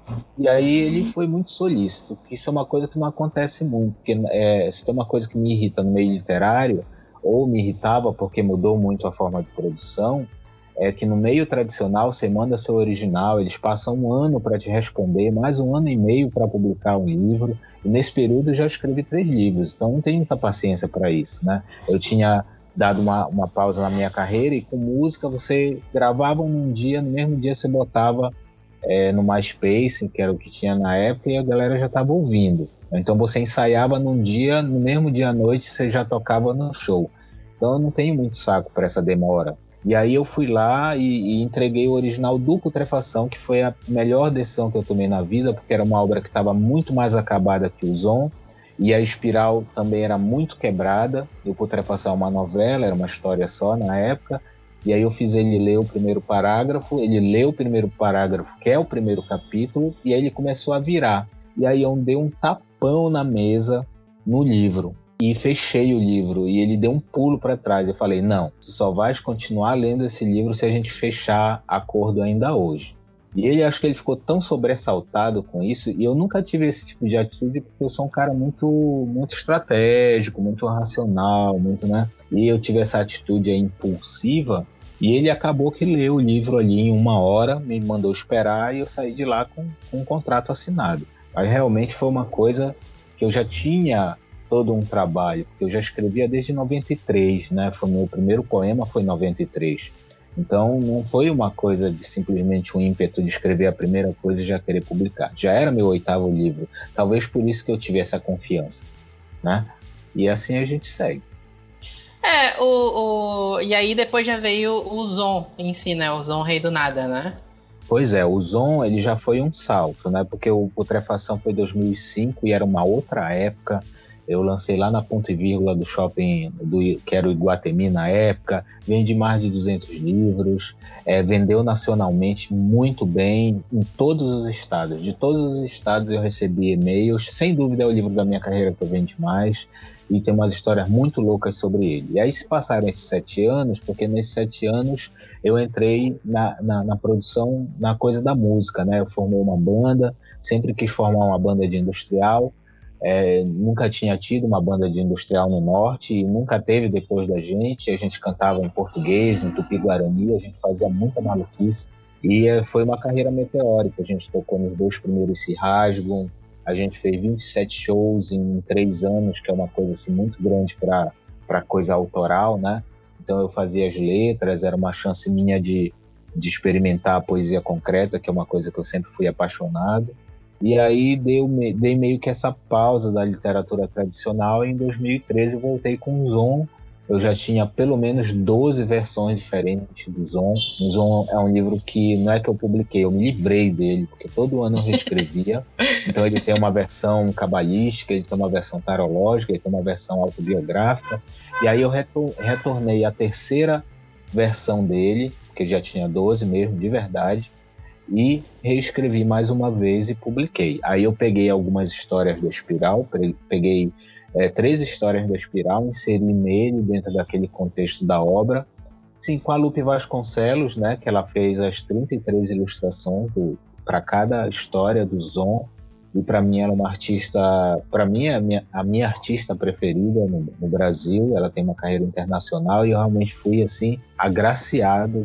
E aí ele foi muito solícito, que isso é uma coisa que não acontece muito, porque se tem uma coisa que me irrita no meio literário, ou me irritava porque mudou muito a forma de produção, é que no meio tradicional você manda seu original, eles passam um ano para te responder, mais um ano e meio para publicar um livro, e nesse período eu já escrevi 3 livros, então não tenho muita paciência para isso, né? Eu tinha dado uma pausa na minha carreira, e com música você gravava num dia, no mesmo dia você botava no MySpace, que era o que tinha na época, e a galera já estava ouvindo. Então você ensaiava num dia, no mesmo dia à noite você já tocava no show. Então eu não tenho muito saco para essa demora. E aí eu fui lá e entreguei o original do Putrefação, que foi a melhor decisão que eu tomei na vida, porque era uma obra que estava muito mais acabada que o Zon, e a Espiral também era muito quebrada, e o Putrefação é uma novela, era uma história só na época, e aí eu fiz ele ler o primeiro parágrafo, ele leu o primeiro parágrafo, que é o primeiro capítulo, e aí ele começou a virar. E aí eu dei um tapão na mesa, no livro, e fechei o livro, e ele deu um pulo para trás. Eu falei, não, você só vai continuar lendo esse livro se a gente fechar acordo ainda hoje. E ele, acho que ele ficou tão sobressaltado com isso, e eu nunca tive esse tipo de atitude, porque eu sou um cara muito, muito estratégico, muito racional, muito, né? E eu tive essa atitude aí impulsiva, e ele acabou que leu o livro ali em 1 hora, me mandou esperar, e eu saí de lá com um contrato assinado. Mas realmente foi uma coisa que eu já tinha todo um trabalho, porque eu já escrevia desde 93, né? Foi meu primeiro poema, foi em 93. Então não foi uma coisa de simplesmente um ímpeto de escrever a primeira coisa e já querer publicar. Já era meu 8º livro, talvez por isso que eu tive essa confiança, né? E assim a gente segue. E aí depois já veio o Zon em si, né? O Zon Rei do Nada, né? Pois é, o Zon ele já foi um salto, né? Porque o Putrefação foi 2005 e era uma outra época. Eu lancei lá na Ponto e Vírgula do shopping, que era o Iguatemi na época, vendi mais de 200 livros, vendeu nacionalmente muito bem em todos os estados. De todos os estados eu recebi e-mails, sem dúvida é o livro da minha carreira que eu vendi mais, e tem umas histórias muito loucas sobre ele. E aí se passaram esses 7 anos, porque nesses 7 anos eu entrei na produção, na coisa da música, né? Eu formei uma banda, sempre quis formar uma banda de industrial, nunca tinha tido uma banda de industrial no norte e nunca teve depois da gente. A gente cantava em português, em tupi-guarani, a gente fazia muita maluquice e foi uma carreira meteórica. A gente tocou nos 2 primeiros Se Rasgam, a gente fez 27 shows em 3 anos, que é uma coisa assim, muito grande para coisa autoral, né? Então eu fazia as letras, era uma chance minha de experimentar a poesia concreta, que é uma coisa que eu sempre fui apaixonado. E aí dei meio que essa pausa da literatura tradicional, e em 2013 voltei com o Zon. Eu já tinha pelo menos 12 versões diferentes do Zon. O Zon é um livro que não é que eu publiquei, eu me livrei dele, porque todo ano eu reescrevia. Então ele tem uma versão cabalística, ele tem uma versão tarológica, ele tem uma versão autobiográfica. E aí eu retornei à 3ª versão dele, porque já tinha 12 mesmo, de verdade, e reescrevi mais uma vez e publiquei. Aí eu peguei algumas histórias da Espiral, peguei 3 histórias da Espiral, inseri nele dentro daquele contexto da obra. Sim, com a Lupe Vasconcelos, né, que ela fez as 33 ilustrações para cada história do Zon. E para mim ela é uma artista, para mim é a minha artista preferida no Brasil. Ela tem uma carreira internacional e eu realmente fui assim agraciado,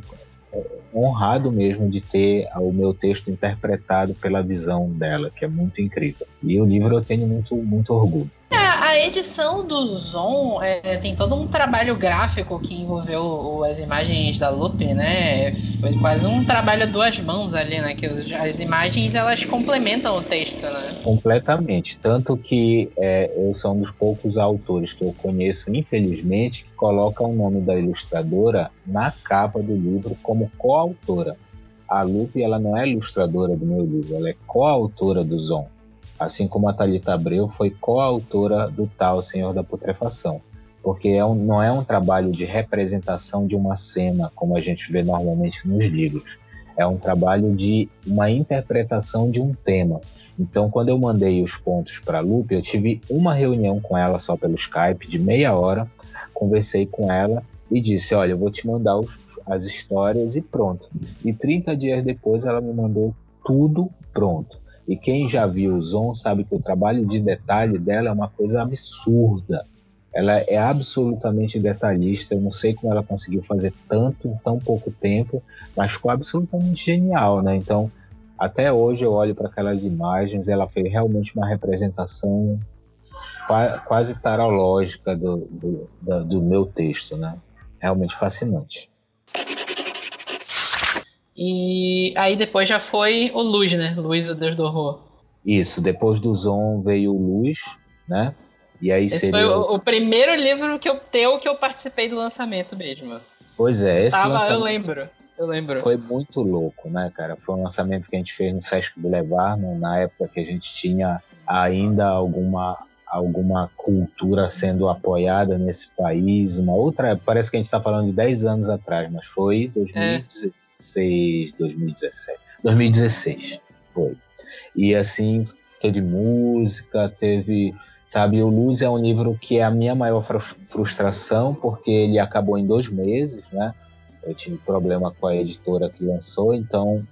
honrado mesmo de ter o meu texto interpretado pela visão dela, que é muito incrível. E o livro eu tenho muito, muito orgulho. A edição do Zon tem todo um trabalho gráfico que envolveu as imagens da Lupe, né? Foi quase um trabalho a 2 mãos ali, né? Que as imagens, elas complementam o texto, né? Completamente. Tanto que eu sou um dos poucos autores que eu conheço, infelizmente, que colocam o nome da ilustradora na capa do livro como coautora. A Lupe, ela não é ilustradora do meu livro, ela é coautora do Zon. Assim como a Thalita Abreu foi coautora do tal Senhor da Putrefação, porque não é um trabalho de representação de uma cena, como a gente vê normalmente nos livros. É um trabalho de uma interpretação de um tema. Então, quando eu mandei os contos para a Lupe, eu tive uma reunião com ela só pelo Skype, de meia hora, conversei com ela e disse, olha, eu vou te mandar as histórias e pronto. E 30 dias depois ela me mandou tudo pronto. E quem já viu o Zon sabe que o trabalho de detalhe dela é uma coisa absurda. Ela é absolutamente detalhista. Eu não sei como ela conseguiu fazer tanto em tão pouco tempo, mas ficou absolutamente genial, né? Então, até hoje eu olho para aquelas imagens, ela fez realmente uma representação quase tarológica do meu texto, né? Realmente fascinante. E aí depois já foi o Luz, né? Luz, o Deus do Horror. Isso, depois do Zon veio o Luz, né? E aí Esse seria... foi o primeiro livro que eu participei do lançamento mesmo. Pois é, esse lançamento... Eu lembro. Foi muito louco, né, cara? Foi um lançamento que a gente fez no Sesc Boulevard, na época que a gente tinha ainda alguma cultura sendo apoiada nesse país. Uma outra, parece que a gente está falando de 10 anos atrás, mas foi 2016, 2017. 2016 foi. E assim, teve música, sabe, o Luz é um livro que é a minha maior frustração, porque ele acabou em 2 meses, né? Eu tive problema com a editora que lançou, então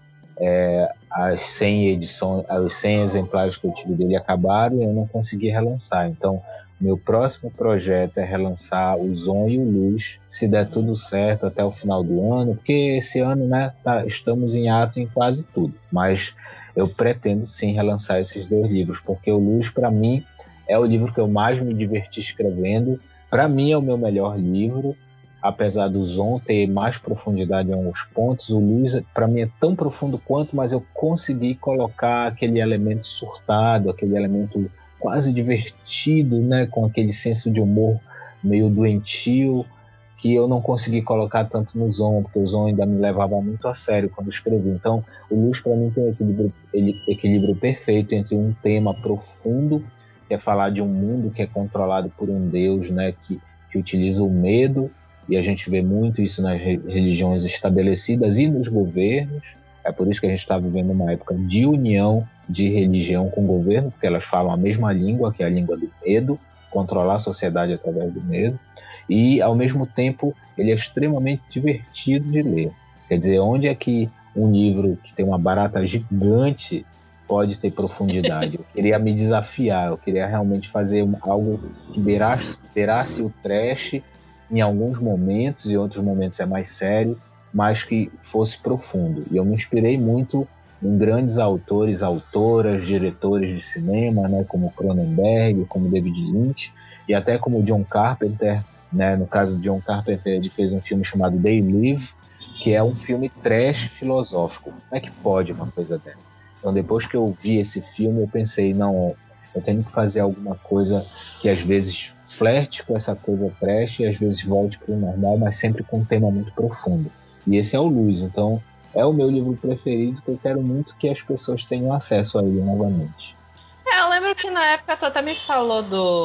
as 100 exemplares que eu tive dele acabaram e eu não consegui relançar. Então, meu próximo projeto é relançar o Zon e o Luz, se der tudo certo até o final do ano, porque esse ano, né, estamos em ato em quase tudo. Mas eu pretendo sim relançar esses 2 livros, porque o Luz, para mim, é o livro que eu mais me diverti escrevendo. Para mim, é o meu melhor livro. Apesar do Zon ter mais profundidade em alguns pontos, o Luz, para mim, é tão profundo quanto, mas eu consegui colocar aquele elemento surtado, aquele elemento quase divertido, né, com aquele senso de humor meio doentio, que eu não consegui colocar tanto no Zon, porque o Zon ainda me levava muito a sério quando escrevi. Então, o Luz, para mim, tem um equilíbrio perfeito entre um tema profundo, que é falar de um mundo que é controlado por um Deus, né, que utiliza o medo, e a gente vê muito isso nas religiões estabelecidas e nos governos. É por isso que a gente está vivendo uma época de união de religião com o governo, porque elas falam a mesma língua, que é a língua do medo, controlar a sociedade através do medo. E, ao mesmo tempo, ele é extremamente divertido de ler. Quer dizer, onde é que um livro que tem uma barata gigante pode ter profundidade? Eu queria me desafiar, eu queria realmente fazer algo que beirasse o trash em alguns momentos, e em outros momentos é mais sério, mas que fosse profundo. E eu me inspirei muito em grandes autores, autoras, diretores de cinema, né, como Cronenberg, como David Lynch, e até como John Carpenter, né? No caso de John Carpenter, ele fez um filme chamado They Live, que é um filme trash filosófico. Como é que pode uma coisa dessa? Então, depois que eu vi esse filme, eu pensei, não, eu tenho que fazer alguma coisa que às vezes flerte com essa coisa trash e às vezes volte para o normal, mas sempre com um tema muito profundo. E esse é o Luz. Então, é o meu livro preferido, que eu quero muito que as pessoas tenham acesso a ele novamente. Eu lembro que na época tu até me falou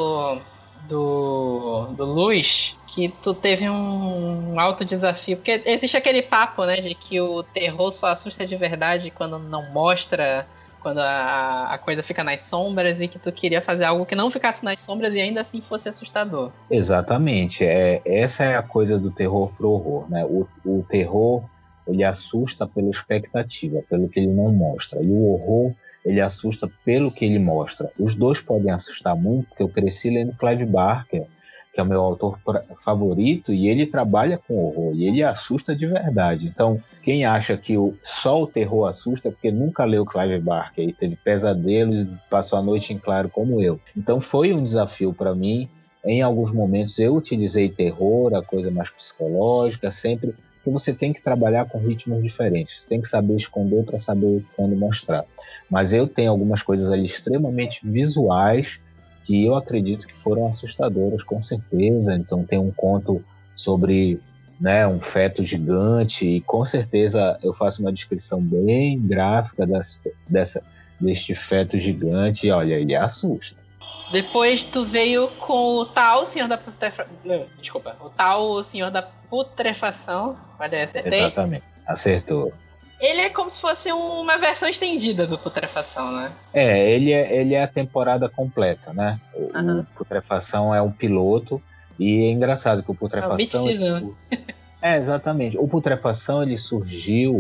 do Luz, que tu teve um alto desafio, porque existe aquele papo, né, de que o terror só assusta de verdade quando não mostra, quando a coisa fica nas sombras, e que tu queria fazer algo que não ficasse nas sombras e ainda assim fosse assustador. Exatamente. Essa é a coisa do terror pro horror, né? O terror, ele assusta pela expectativa, pelo que ele não mostra. E o horror, ele assusta pelo que ele mostra. Os dois podem assustar muito, porque eu cresci lendo Clive Barker, que é o meu autor favorito, e ele trabalha com horror, e ele assusta de verdade. Então, quem acha que só o terror assusta é porque nunca leu Clive Barker e teve pesadelos e passou a noite em claro como eu. Então, foi um desafio para mim. Em alguns momentos eu utilizei terror, a coisa mais psicológica, sempre, porque você tem que trabalhar com ritmos diferentes, você tem que saber esconder para saber quando mostrar. Mas eu tenho algumas coisas ali extremamente visuais, que eu acredito que foram assustadoras, com certeza. Então tem um conto sobre, né, um feto gigante, e com certeza eu faço uma descrição bem gráfica deste feto gigante, e olha, ele assusta. Depois tu veio com o tal Senhor da o tal Senhor da Putrefação. Olha, acertei? Exatamente, acertou. Ele é como se fosse uma versão estendida do Putrefação, né? Ele é a temporada completa, né? O Putrefação é um piloto, e é engraçado que o Putrefação... É o exatamente. O Putrefação, ele surgiu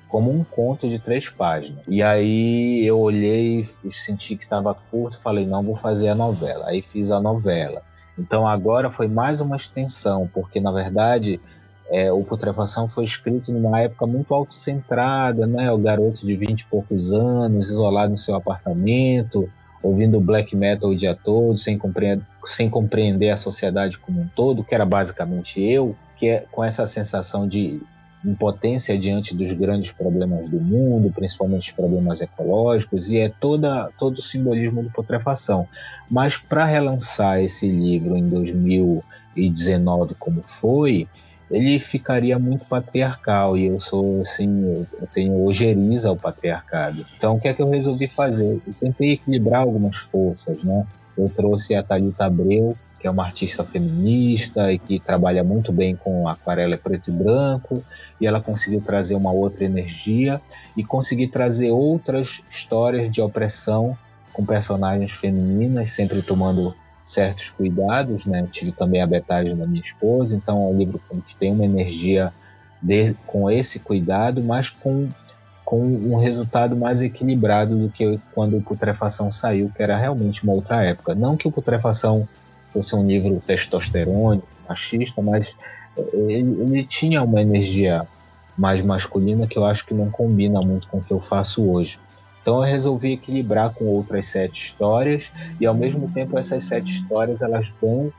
como um conto de 3 páginas. E aí eu olhei e senti que estava curto, falei, não, vou fazer a novela. Aí fiz a novela. Então agora foi mais uma extensão, porque na verdade o Putrefação foi escrito numa época muito autocentrada, né? O garoto de 20 e poucos anos, isolado no seu apartamento, ouvindo black metal o dia todo, sem compreender a sociedade como um todo, que era basicamente eu, com essa sensação de impotência diante dos grandes problemas do mundo, principalmente os problemas ecológicos, e todo o simbolismo do Putrefação. Mas para relançar esse livro em 2019 como foi, ele ficaria muito patriarcal, e eu sou assim, eu tenho ojeriza ao patriarcado. Então o que é que eu resolvi fazer? Eu tentei equilibrar algumas forças, né? Eu trouxe a Thalita Abreu, que é uma artista feminista e que trabalha muito bem com aquarela preto e branco, e ela conseguiu trazer uma outra energia e conseguir trazer outras histórias de opressão com personagens femininas, sempre tomando certos cuidados, né? Eu tive também a Betagem da minha esposa, então é um livro que tem uma energia com esse cuidado, mas com um resultado mais equilibrado do que quando o Putrefação saiu, que era realmente uma outra época. Não que o Putrefação fosse um livro testosterônico, machista, mas ele tinha uma energia mais masculina que eu acho que não combina muito com o que eu faço hoje. Então eu resolvi equilibrar com outras 7 histórias, e ao mesmo tempo essas 7 histórias elas dão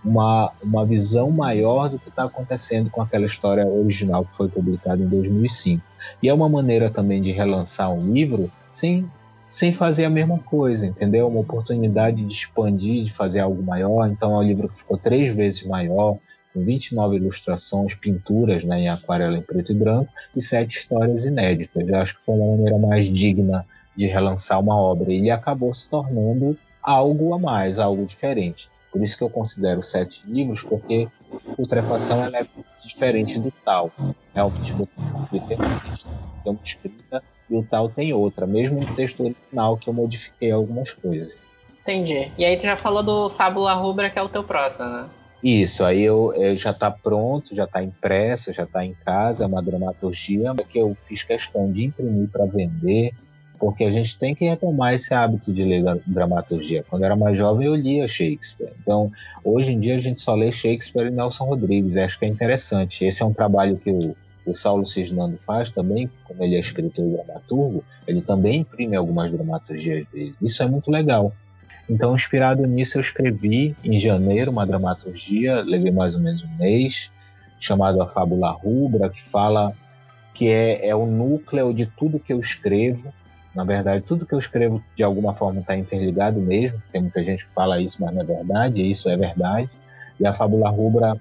uma visão maior do que está acontecendo com aquela história original que foi publicada em 2005. E é uma maneira também de relançar um livro sem fazer a mesma coisa, entendeu? Uma oportunidade de expandir, de fazer algo maior. Então é um livro que ficou 3 vezes maior, com 29 ilustrações, pinturas, né, em aquarela em preto e branco, e 7 histórias inéditas. Eu acho que foi uma maneira mais digna de relançar uma obra. E ele acabou se tornando algo a mais, algo diferente. Por isso que eu considero 7 livros, porque a Putrefação ela é diferente do Tal. Realmente, tem uma escrita e o Tal tem outra, mesmo no texto original que eu modifiquei algumas coisas. Entendi. E aí tu já falou do Fábula Rubra, que é o teu próximo, né? Isso, aí eu já está pronto, já está impresso, já está em casa, é uma dramaturgia que eu fiz questão de imprimir para vender, porque a gente tem que retomar esse hábito de ler dramaturgia. Quando eu era mais jovem eu lia Shakespeare, então hoje em dia a gente só lê Shakespeare e Nelson Rodrigues, acho que é interessante. Esse é um trabalho que o Saulo Cisnando faz também, como ele é escritor e dramaturgo, ele também imprime algumas dramaturgias dele, isso é muito legal. Então, inspirado nisso, eu escrevi em janeiro uma dramaturgia, levei mais ou menos um mês, chamado A Fábula Rubra, que fala que é o núcleo de tudo que eu escrevo. Na verdade, tudo que eu escrevo, de alguma forma, está interligado mesmo. Tem muita gente que fala isso, mas não é verdade, e isso é verdade. E A Fábula Rubra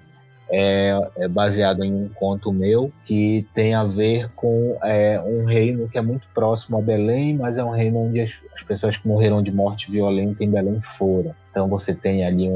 é baseado em um conto meu que tem a ver com um reino que é muito próximo a Belém, mas é um reino onde as pessoas que morreram de morte violenta em Belém foram. Então você tem ali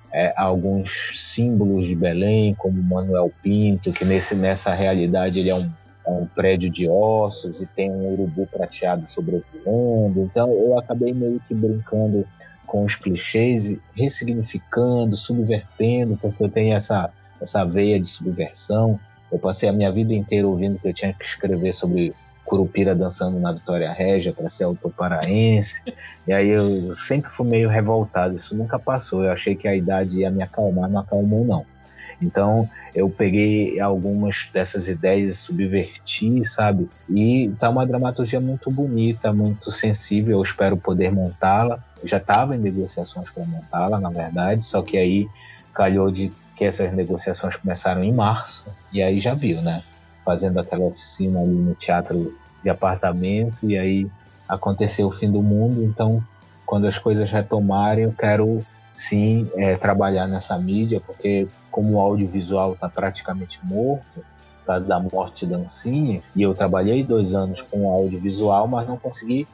alguns símbolos de Belém, como Manuel Pinto, que nessa realidade ele é um prédio de ossos e tem um urubu prateado sobrevoando. Então eu acabei meio que brincando com os clichês, ressignificando, subvertendo, porque eu tenho essa veia de subversão. Eu passei a minha vida inteira ouvindo que eu tinha que escrever sobre Curupira dançando na Vitória Régia para ser autor paraense, e aí eu sempre fui meio revoltado, isso nunca passou, eu achei que a idade ia me acalmar, não acalmou não. Então eu peguei algumas dessas ideias, subverti, sabe, e tá uma dramaturgia muito bonita, muito sensível, eu espero poder montá-la. Eu já estava em negociações para montá-la, na verdade, só que aí calhou de que essas negociações começaram em março, e aí já viu, né? Fazendo aquela oficina ali no teatro de apartamento, e aí aconteceu o fim do mundo. Então, quando as coisas retomarem, eu quero sim trabalhar nessa mídia, porque como o audiovisual está praticamente morto, por causa da morte da Ancine, e eu trabalhei 2 anos com o audiovisual, mas não consegui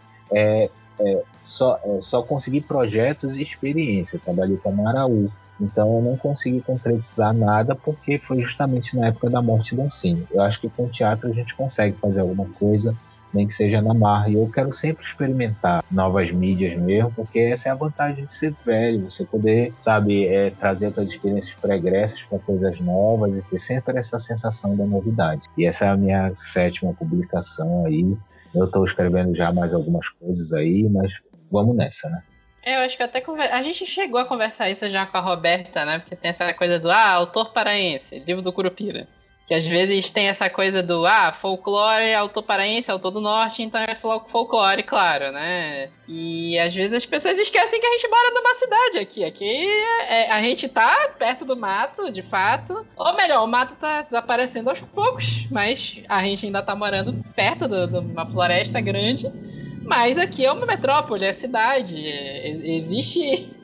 só consegui projetos e experiência. Trabalhei com a Maraú, então eu não consegui concretizar nada porque foi justamente na época da morte da Ancine. Eu acho que com o teatro a gente consegue fazer alguma coisa nem que seja na marra. E eu quero sempre experimentar novas mídias mesmo, porque essa é a vantagem de ser velho, você poder, sabe, trazer outras experiências pregressas para coisas novas e ter sempre essa sensação da novidade. E essa é a minha 7ª publicação aí. Eu estou escrevendo já mais algumas coisas aí, mas vamos nessa, né? Eu acho que até a gente chegou a conversar isso já com a Roberta, né? Porque tem essa coisa do autor paraense, livro do Curupira. Que às vezes tem essa coisa do folclore, autor paraense, autor do norte, então é folclore, claro, né? E às vezes as pessoas esquecem que a gente mora numa cidade aqui. Aqui a gente tá perto do mato, de fato. Ou melhor, o mato tá desaparecendo aos poucos, mas a gente ainda tá morando perto de uma floresta grande. Mas aqui é uma metrópole, é cidade. Existe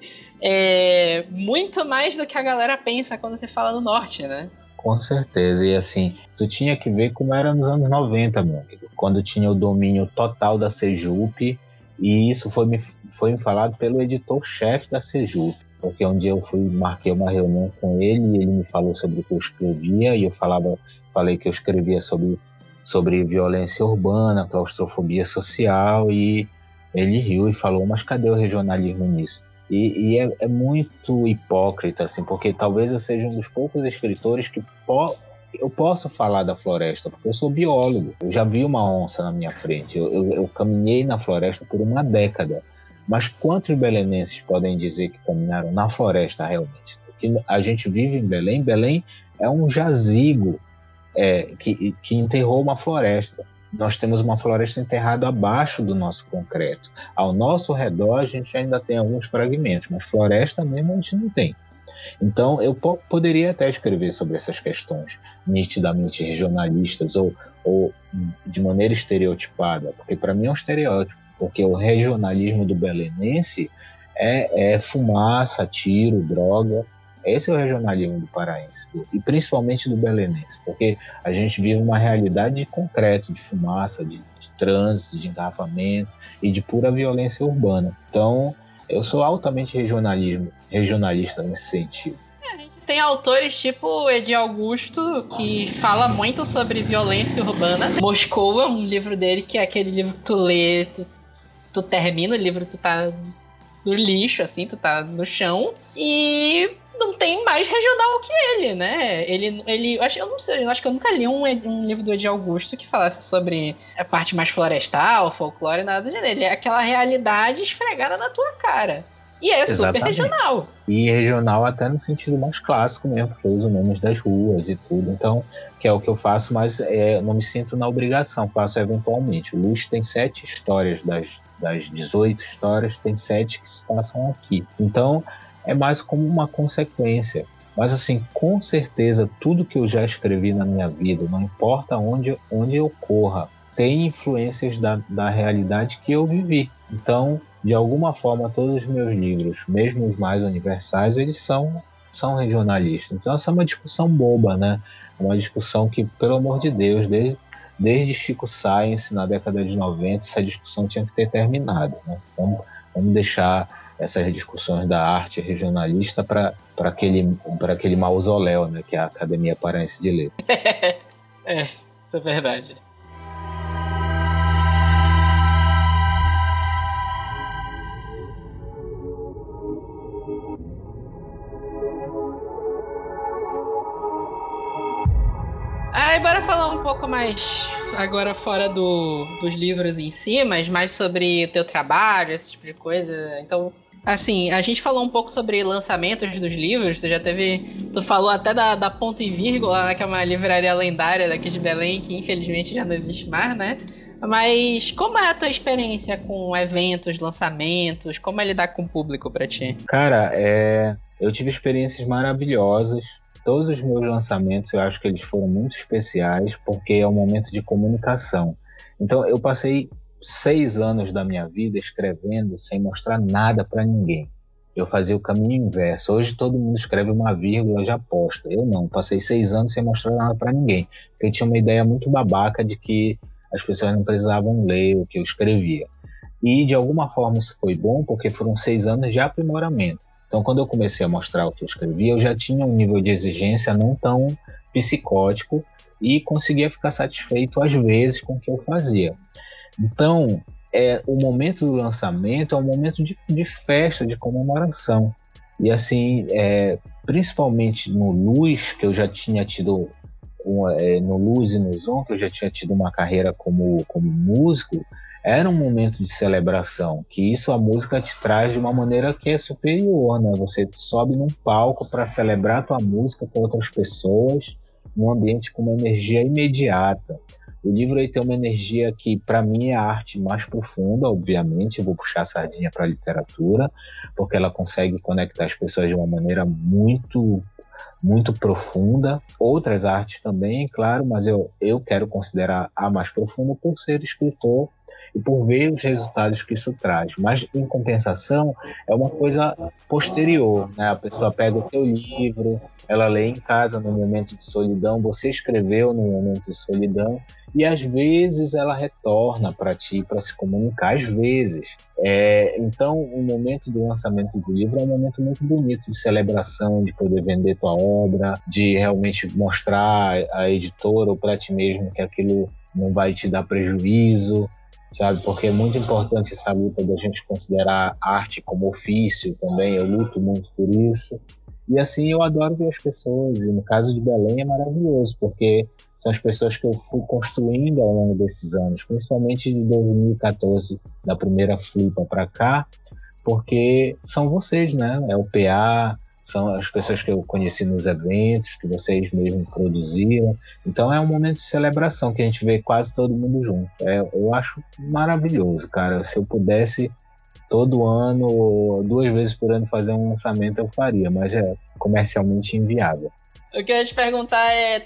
muito mais do que a galera pensa quando você fala do norte, né? Com certeza, e assim, tu tinha que ver como era nos anos 90, meu amigo, quando tinha o domínio total da Sejup, e isso foi me falado pelo editor-chefe da Sejup, porque um dia eu marquei uma reunião com ele, e ele me falou sobre o que eu escrevia, e eu falei que eu escrevia sobre violência urbana, claustrofobia social, e ele riu e falou, mas cadê o regionalismo nisso? E é muito hipócrita, assim, porque talvez eu seja um dos poucos escritores que eu posso falar da floresta, porque eu sou biólogo. Eu já vi uma onça na minha frente, eu caminhei na floresta por uma década. Mas quantos belenenses podem dizer que caminharam na floresta realmente? Porque a gente vive em Belém. Belém é um jazigo que enterrou uma floresta. Nós temos uma floresta enterrada abaixo do nosso concreto. Ao nosso redor, a gente ainda tem alguns fragmentos, mas floresta mesmo a gente não tem. Então, eu poderia até escrever sobre essas questões nitidamente regionalistas ou de maneira estereotipada, porque para mim é um estereótipo, porque o regionalismo do belenense é fumaça, tiro, droga. Esse é o regionalismo do paraense, e principalmente do belenense, porque a gente vive uma realidade de concreto, de fumaça, de trânsito, de engarrafamento e de pura violência urbana. Então, eu sou altamente regionalista nesse sentido. A gente tem autores tipo Edi Augusto, que fala muito sobre violência urbana. Moscou é um livro dele, que é aquele livro que tu lê, tu termina o livro, tu tá no lixo, assim, tu tá no chão, e não tem mais regional que ele, né? Eu acho que eu nunca li um livro do Edi Augusto que falasse sobre a parte mais florestal, folclore, nada dele. É aquela realidade esfregada na tua cara. E é super regional. E regional até no sentido mais clássico mesmo, porque eu uso nomes das ruas e tudo. Então, que é o que eu faço, mas não me sinto na obrigação, faço eventualmente. O Luz tem 7 histórias, das 18 histórias, tem 7 que se passam aqui. Então, é mais como uma consequência. Mas, assim, com certeza, tudo que eu já escrevi na minha vida, não importa onde eu corra, tem influências da realidade que eu vivi. Então, de alguma forma, todos os meus livros, mesmo os mais universais, eles são regionalistas. Então, essa é uma discussão boba, né? Uma discussão que, pelo amor de Deus, desde Chico Science, na década de 90, essa discussão tinha que ter terminado, né? Vamos deixar essas discussões da arte regionalista para aquele mausoléu, né, que é a Academia Paraense de Letras. Isso é verdade. Aí, bora falar um pouco mais agora fora dos livros em si, mas mais sobre o teu trabalho, esse tipo de coisa. Então, assim, a gente falou um pouco sobre lançamentos dos livros. Tu falou até da Ponto e Vírgula, né, que é uma livraria lendária daqui de Belém, que infelizmente já não existe mais, né? Mas como é a tua experiência com eventos, lançamentos? Como é lidar com o público pra ti? Cara, eu tive experiências maravilhosas. Todos os meus lançamentos, eu acho que eles foram muito especiais, porque é um momento de comunicação. Então, eu passei 6 anos da minha vida escrevendo sem mostrar nada para ninguém. Eu fazia o caminho inverso. Hoje todo mundo escreve uma vírgula e já posta. Eu não, passei 6 anos sem mostrar nada para ninguém, porque eu tinha uma ideia muito babaca de que as pessoas não precisavam ler o que eu escrevia. E, de alguma forma, isso foi bom, porque foram 6 anos de aprimoramento. Então, quando eu comecei a mostrar o que eu escrevia, eu já tinha um nível de exigência não tão psicótico e conseguia ficar satisfeito, às vezes, com o que eu fazia. Então, o momento do lançamento é um momento de festa, de comemoração. E assim, principalmente no Luz, que eu já tinha tido, no Luz e no Zon, que eu já tinha tido uma carreira como músico, era um momento de celebração, que isso a música te traz de uma maneira que é superior, né? Você sobe num palco para celebrar a tua música com outras pessoas, num ambiente com uma energia imediata. O livro aí tem uma energia que, para mim, é a arte mais profunda, obviamente. Eu vou puxar a sardinha para a literatura, porque ela consegue conectar as pessoas de uma maneira muito, muito profunda. Outras artes também, claro, mas eu quero considerar a mais profunda por ser escritor e por ver os resultados que isso traz. Mas, em compensação, é uma coisa posterior, né? A pessoa pega o teu livro, ela lê em casa no momento de solidão, você escreveu no momento de solidão, e às vezes ela retorna para ti para se comunicar, às vezes. Então, o momento do lançamento do livro é um momento muito bonito de celebração, de poder vender tua obra, de realmente mostrar à editora ou para ti mesmo que aquilo não vai te dar prejuízo, sabe? Porque é muito importante essa luta da gente considerar arte como ofício também. Eu luto muito por isso. E assim, eu adoro ver as pessoas, e no caso de Belém é maravilhoso, porque são as pessoas que eu fui construindo ao longo desses anos, principalmente de 2014, da primeira Flipa para cá, porque são vocês, né? É o PA, são as pessoas que eu conheci nos eventos, que vocês mesmos produziram. Então é um momento de celebração, que a gente vê quase todo mundo junto. Eu acho maravilhoso, cara. Se eu pudesse todo ano, 2 vezes por ano fazer um lançamento, eu faria, mas é comercialmente inviável. O que eu ia te perguntar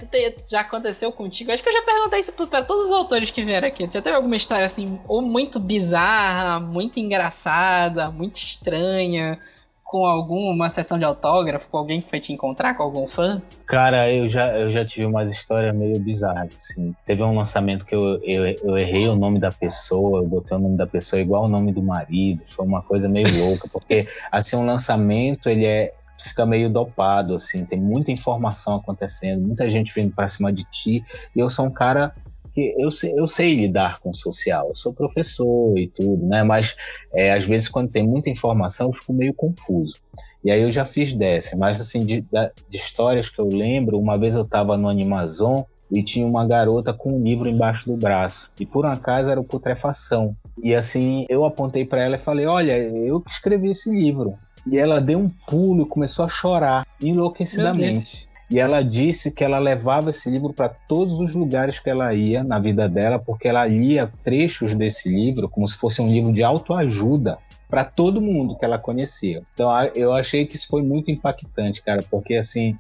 já aconteceu contigo? Acho que eu já perguntei isso para todos os autores que vieram aqui. Você teve alguma história assim, ou muito bizarra, muito engraçada, muito estranha, com alguma sessão de autógrafo, com alguém que foi te encontrar, com algum fã? Cara, eu já tive umas histórias meio bizarras, assim. Teve um lançamento que eu errei o nome da pessoa, eu botei o nome da pessoa igual o nome do marido, foi uma coisa meio louca, porque, assim, um lançamento, fica meio dopado, assim, tem muita informação acontecendo, muita gente vindo pra cima de ti, e eu sou um cara que eu sei lidar com o social, eu sou professor e tudo, né, mas às vezes quando tem muita informação eu fico meio confuso, e aí eu já fiz dessa, mas assim, de histórias que eu lembro, uma vez eu tava no Animazon e tinha uma garota com um livro embaixo do braço, e por um acaso era o Putrefação, e assim, eu apontei pra ela e falei, olha, eu que escrevi esse livro. E ela deu um pulo e começou a chorar enlouquecidamente. E ela disse que ela levava esse livro para todos os lugares que ela ia na vida dela, porque ela lia trechos desse livro como se fosse um livro de autoajuda para todo mundo que ela conhecia. Então eu achei que isso foi muito impactante, cara, porque assim,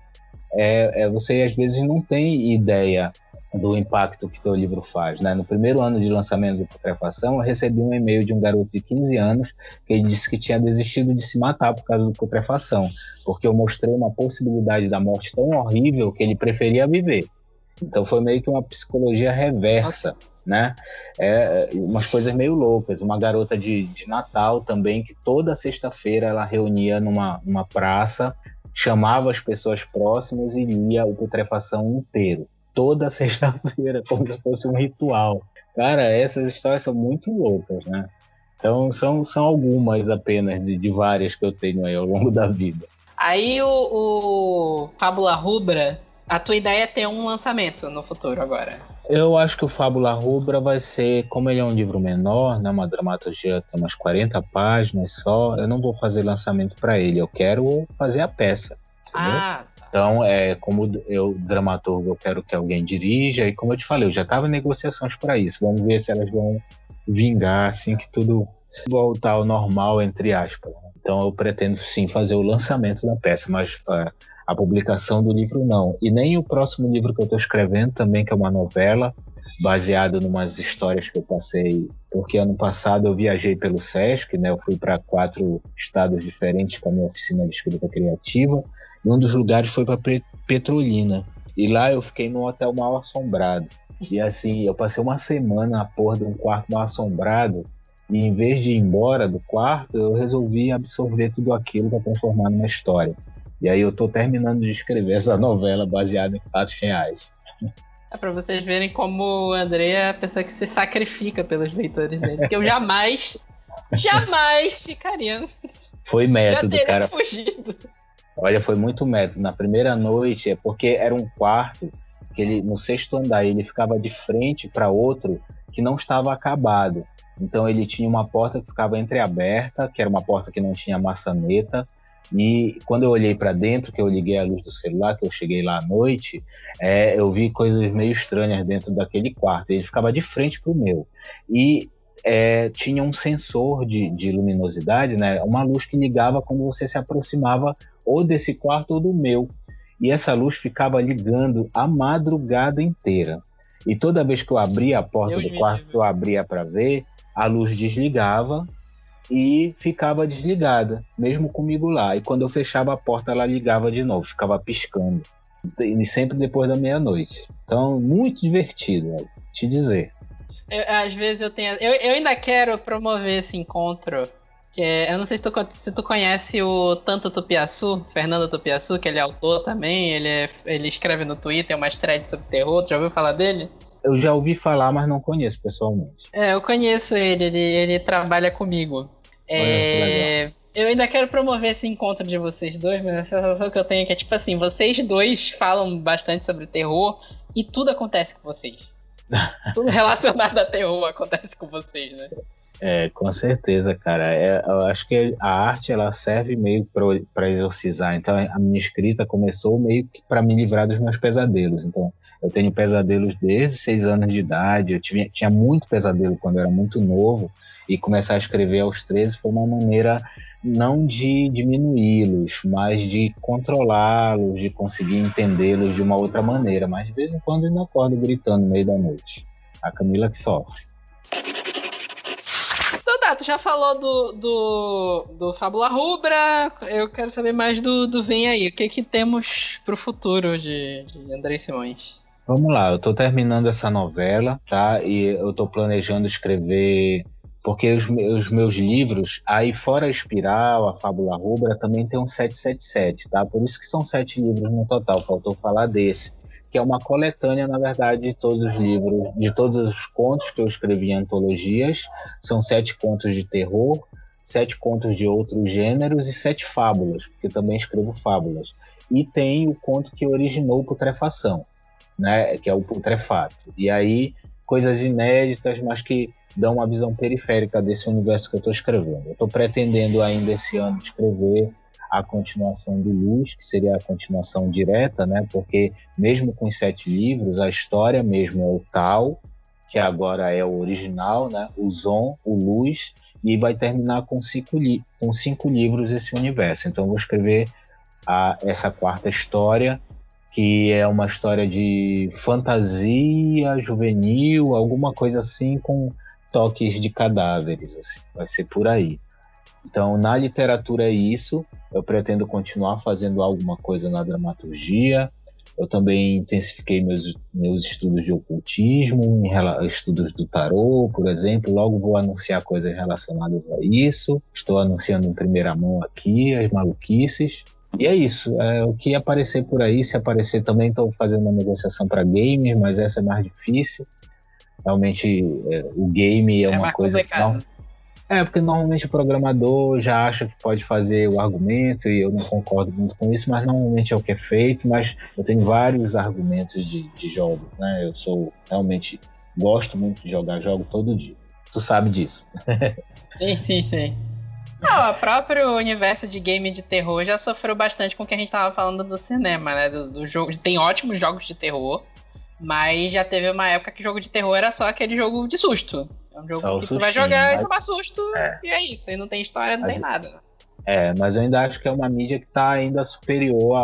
você às vezes não tem ideia do impacto que teu livro faz, né? No primeiro ano de lançamento do Putrefação, eu recebi um e-mail de um garoto de 15 anos que ele disse que tinha desistido de se matar por causa do Putrefação, porque eu mostrei uma possibilidade da morte tão horrível que ele preferia viver. Então foi meio que uma psicologia reversa, né? Umas coisas meio loucas. Uma garota de Natal também, que toda sexta-feira ela reunia numa praça, chamava as pessoas próximas e lia o Putrefação inteiro. Toda sexta-feira, como se fosse um ritual. Cara, essas histórias são muito loucas, né? Então, são algumas apenas de várias que eu tenho aí ao longo da vida. Aí, o Fábula Rubra, a tua ideia é ter um lançamento no futuro agora? Eu acho que o Fábula Rubra vai ser, como ele é um livro menor, né, uma dramaturgia tem umas 40 páginas só, eu não vou fazer lançamento para ele, eu quero fazer a peça. Entendeu? Então, como dramaturgo, eu quero que alguém dirija, e como eu te falei, eu já estava em negociações para isso. Vamos ver se elas vão vingar assim que tudo voltar ao normal, entre aspas. Então, eu pretendo sim fazer o lançamento da peça, mas a publicação do livro não. E nem o próximo livro que eu estou escrevendo também, que é uma novela, baseado em umas histórias que eu passei, porque ano passado eu viajei pelo Sesc, né? Eu fui para 4 estados diferentes com a minha oficina de escrita criativa, e um dos lugares foi para Petrolina. E lá eu fiquei num hotel mal assombrado. E assim, eu passei uma semana na porra de um quarto mal assombrado, e em vez de ir embora do quarto, eu resolvi absorver tudo aquilo para transformar numa história. E aí eu tô terminando de escrever essa novela baseada em fatos reais. É pra vocês verem como o André é a pessoa que se sacrifica pelos leitores dele. Porque eu jamais ficaria. Foi método, Já teria cara. fugido. Olha, foi muito método. Na primeira noite, é porque era um quarto que ele, no 6º andar, ele ficava de frente para outro que não estava acabado. Então ele tinha uma porta que ficava entreaberta, que era uma porta que não tinha maçaneta. E quando eu olhei para dentro, que eu liguei a luz do celular, que eu cheguei lá à noite, eu vi coisas meio estranhas dentro daquele quarto. Ele ficava de frente para o meu. E tinha um sensor de luminosidade, né? Uma luz que ligava quando você se aproximava ou desse quarto ou do meu. E essa luz ficava ligando a madrugada inteira. E toda vez que eu abria a porta do quarto, que eu abria para ver, a luz desligava e ficava desligada, mesmo comigo lá. E quando eu fechava a porta, ela ligava de novo, ficava piscando. E sempre depois da meia-noite. Então, muito divertido, te dizer. Às vezes eu ainda quero promover esse encontro. Eu não sei se tu conhece o Tanto Tupiaçu, Fernando Tupiaçu, que ele é autor também. Ele escreve no Twitter umas threads sobre terror. Tu já ouviu falar dele? Eu já ouvi falar, mas não conheço pessoalmente. Eu conheço ele trabalha comigo. Eu ainda quero promover esse encontro de vocês dois, mas a sensação que eu tenho é que tipo assim, vocês dois falam bastante sobre terror e tudo acontece com vocês. Tudo relacionado a terror acontece com vocês, né? Com certeza, cara. Eu acho que a arte ela serve meio para exorcizar. Então a minha escrita começou meio que para me livrar dos meus pesadelos. Então eu tenho pesadelos desde 6 anos de idade. Eu tinha muito pesadelo quando eu era muito novo, e começar a escrever aos 13 foi uma maneira não de diminuí-los, mas de controlá-los, de conseguir entendê-los de uma outra maneira. Mas de vez em quando eu ainda acordo gritando no meio da noite. A Camila que sofre. Então tá, tu já falou do Fábula Rubra, eu quero saber mais do Vem Aí. O que temos pro futuro de Andrei Simões? Vamos lá, eu tô terminando essa novela, tá? E eu tô planejando escrever... Porque os meus livros, aí fora a Espiral, a Fábula Rubra, também tem um 777, tá? Por isso que são 7 livros no total, faltou falar desse, que é uma coletânea, na verdade, de todos os livros, de todos os contos que eu escrevi em antologias. São 7 contos de terror, 7 contos de outros gêneros e 7 fábulas, porque também escrevo fábulas. E tem o conto que originou Putrefação, né? Que é o Putrefato. E aí, coisas inéditas, mas que dão uma visão periférica desse universo que eu estou escrevendo. Eu estou pretendendo ainda esse ano escrever a continuação do Luz, que seria a continuação direta, né? Porque mesmo com os 7 livros, a história mesmo é o Tal, que agora é o original, né? O Zon, o Luz, e vai terminar com 5 livros esse universo. Então eu vou escrever essa 4ª história, que é uma história de fantasia juvenil, alguma coisa assim, com toques de cadáveres, assim. Vai ser por aí. Então, na literatura é isso. Eu pretendo continuar fazendo alguma coisa na dramaturgia. Eu também intensifiquei meus estudos de ocultismo, estudos do tarô, por exemplo. Logo vou anunciar coisas relacionadas a isso. Estou anunciando em primeira mão aqui as maluquices. E é isso. O que aparecer por aí, se aparecer também, estou fazendo uma negociação para games, mas essa é mais difícil. Realmente, o game é uma coisa que não... porque normalmente o programador já acha que pode fazer o argumento, e eu não concordo muito com isso, mas normalmente é o que é feito. Mas eu tenho vários argumentos de jogos, né? Eu realmente gosto muito de jogar, jogo todo dia. Tu sabe disso. Sim. Não, o próprio universo de game de terror já sofreu bastante com o que a gente tava falando do cinema, né? Do jogo. Tem ótimos jogos de terror, mas já teve uma época que jogo de terror era só aquele jogo de susto. É um jogo que tu vai jogar e tomar susto, e é isso. Aí não tem história, não tem nada. Mas eu ainda acho que é uma mídia que tá ainda superior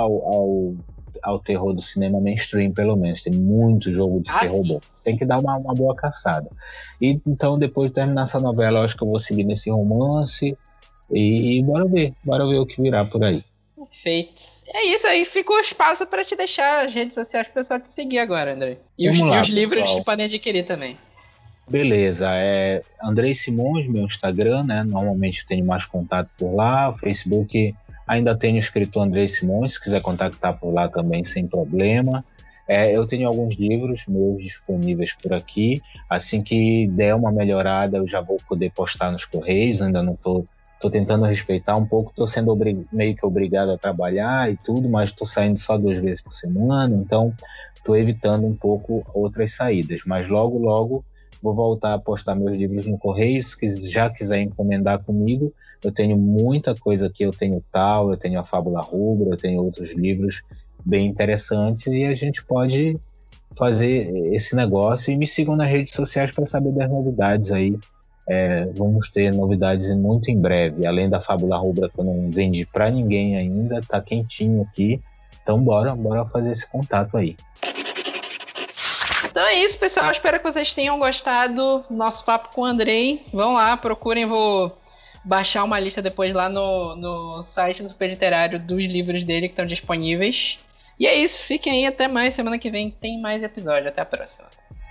ao terror do cinema mainstream, pelo menos. Tem muito jogo de terror bom. Tem que dar uma boa caçada. E então, depois de terminar essa novela, eu acho que eu vou seguir nesse romance. E bora ver o que virá por aí. Perfeito. É isso aí, fica o espaço para te deixar as redes sociais pro pessoal te seguir agora, André. E os livros que podem adquirir também. Beleza, Andrei Simões, meu Instagram, né? Normalmente eu tenho mais contato por lá. O Facebook ainda tenho escrito Andrei Simões, se quiser contactar por lá também, sem problema. Eu tenho alguns livros meus disponíveis por aqui. Assim que der uma melhorada, eu já vou poder postar nos Correios. Ainda não tô tentando respeitar um pouco. Tô sendo meio que obrigado a trabalhar e tudo, mas tô saindo só 2 vezes por semana. Então, tô evitando um pouco outras saídas. Mas logo, logo, vou voltar a postar meus livros no Correios. Se já quiser encomendar comigo, eu tenho muita coisa aqui. Eu tenho eu tenho a Fábula Rubra, eu tenho outros livros bem interessantes e a gente pode fazer esse negócio. E me sigam nas redes sociais para saber das novidades aí. Vamos ter novidades muito em breve. Além da Fábula Rubra, que eu não vendi para ninguém ainda, tá quentinho aqui. Então bora fazer esse contato aí. Então é isso, pessoal. Espero que vocês tenham gostado do nosso papo com o Andrei. Vão lá, procurem. Vou baixar uma lista depois lá no site do Super Literário dos livros dele que estão disponíveis. E é isso. Fiquem aí. Até mais. Semana que vem tem mais episódio. Até a próxima.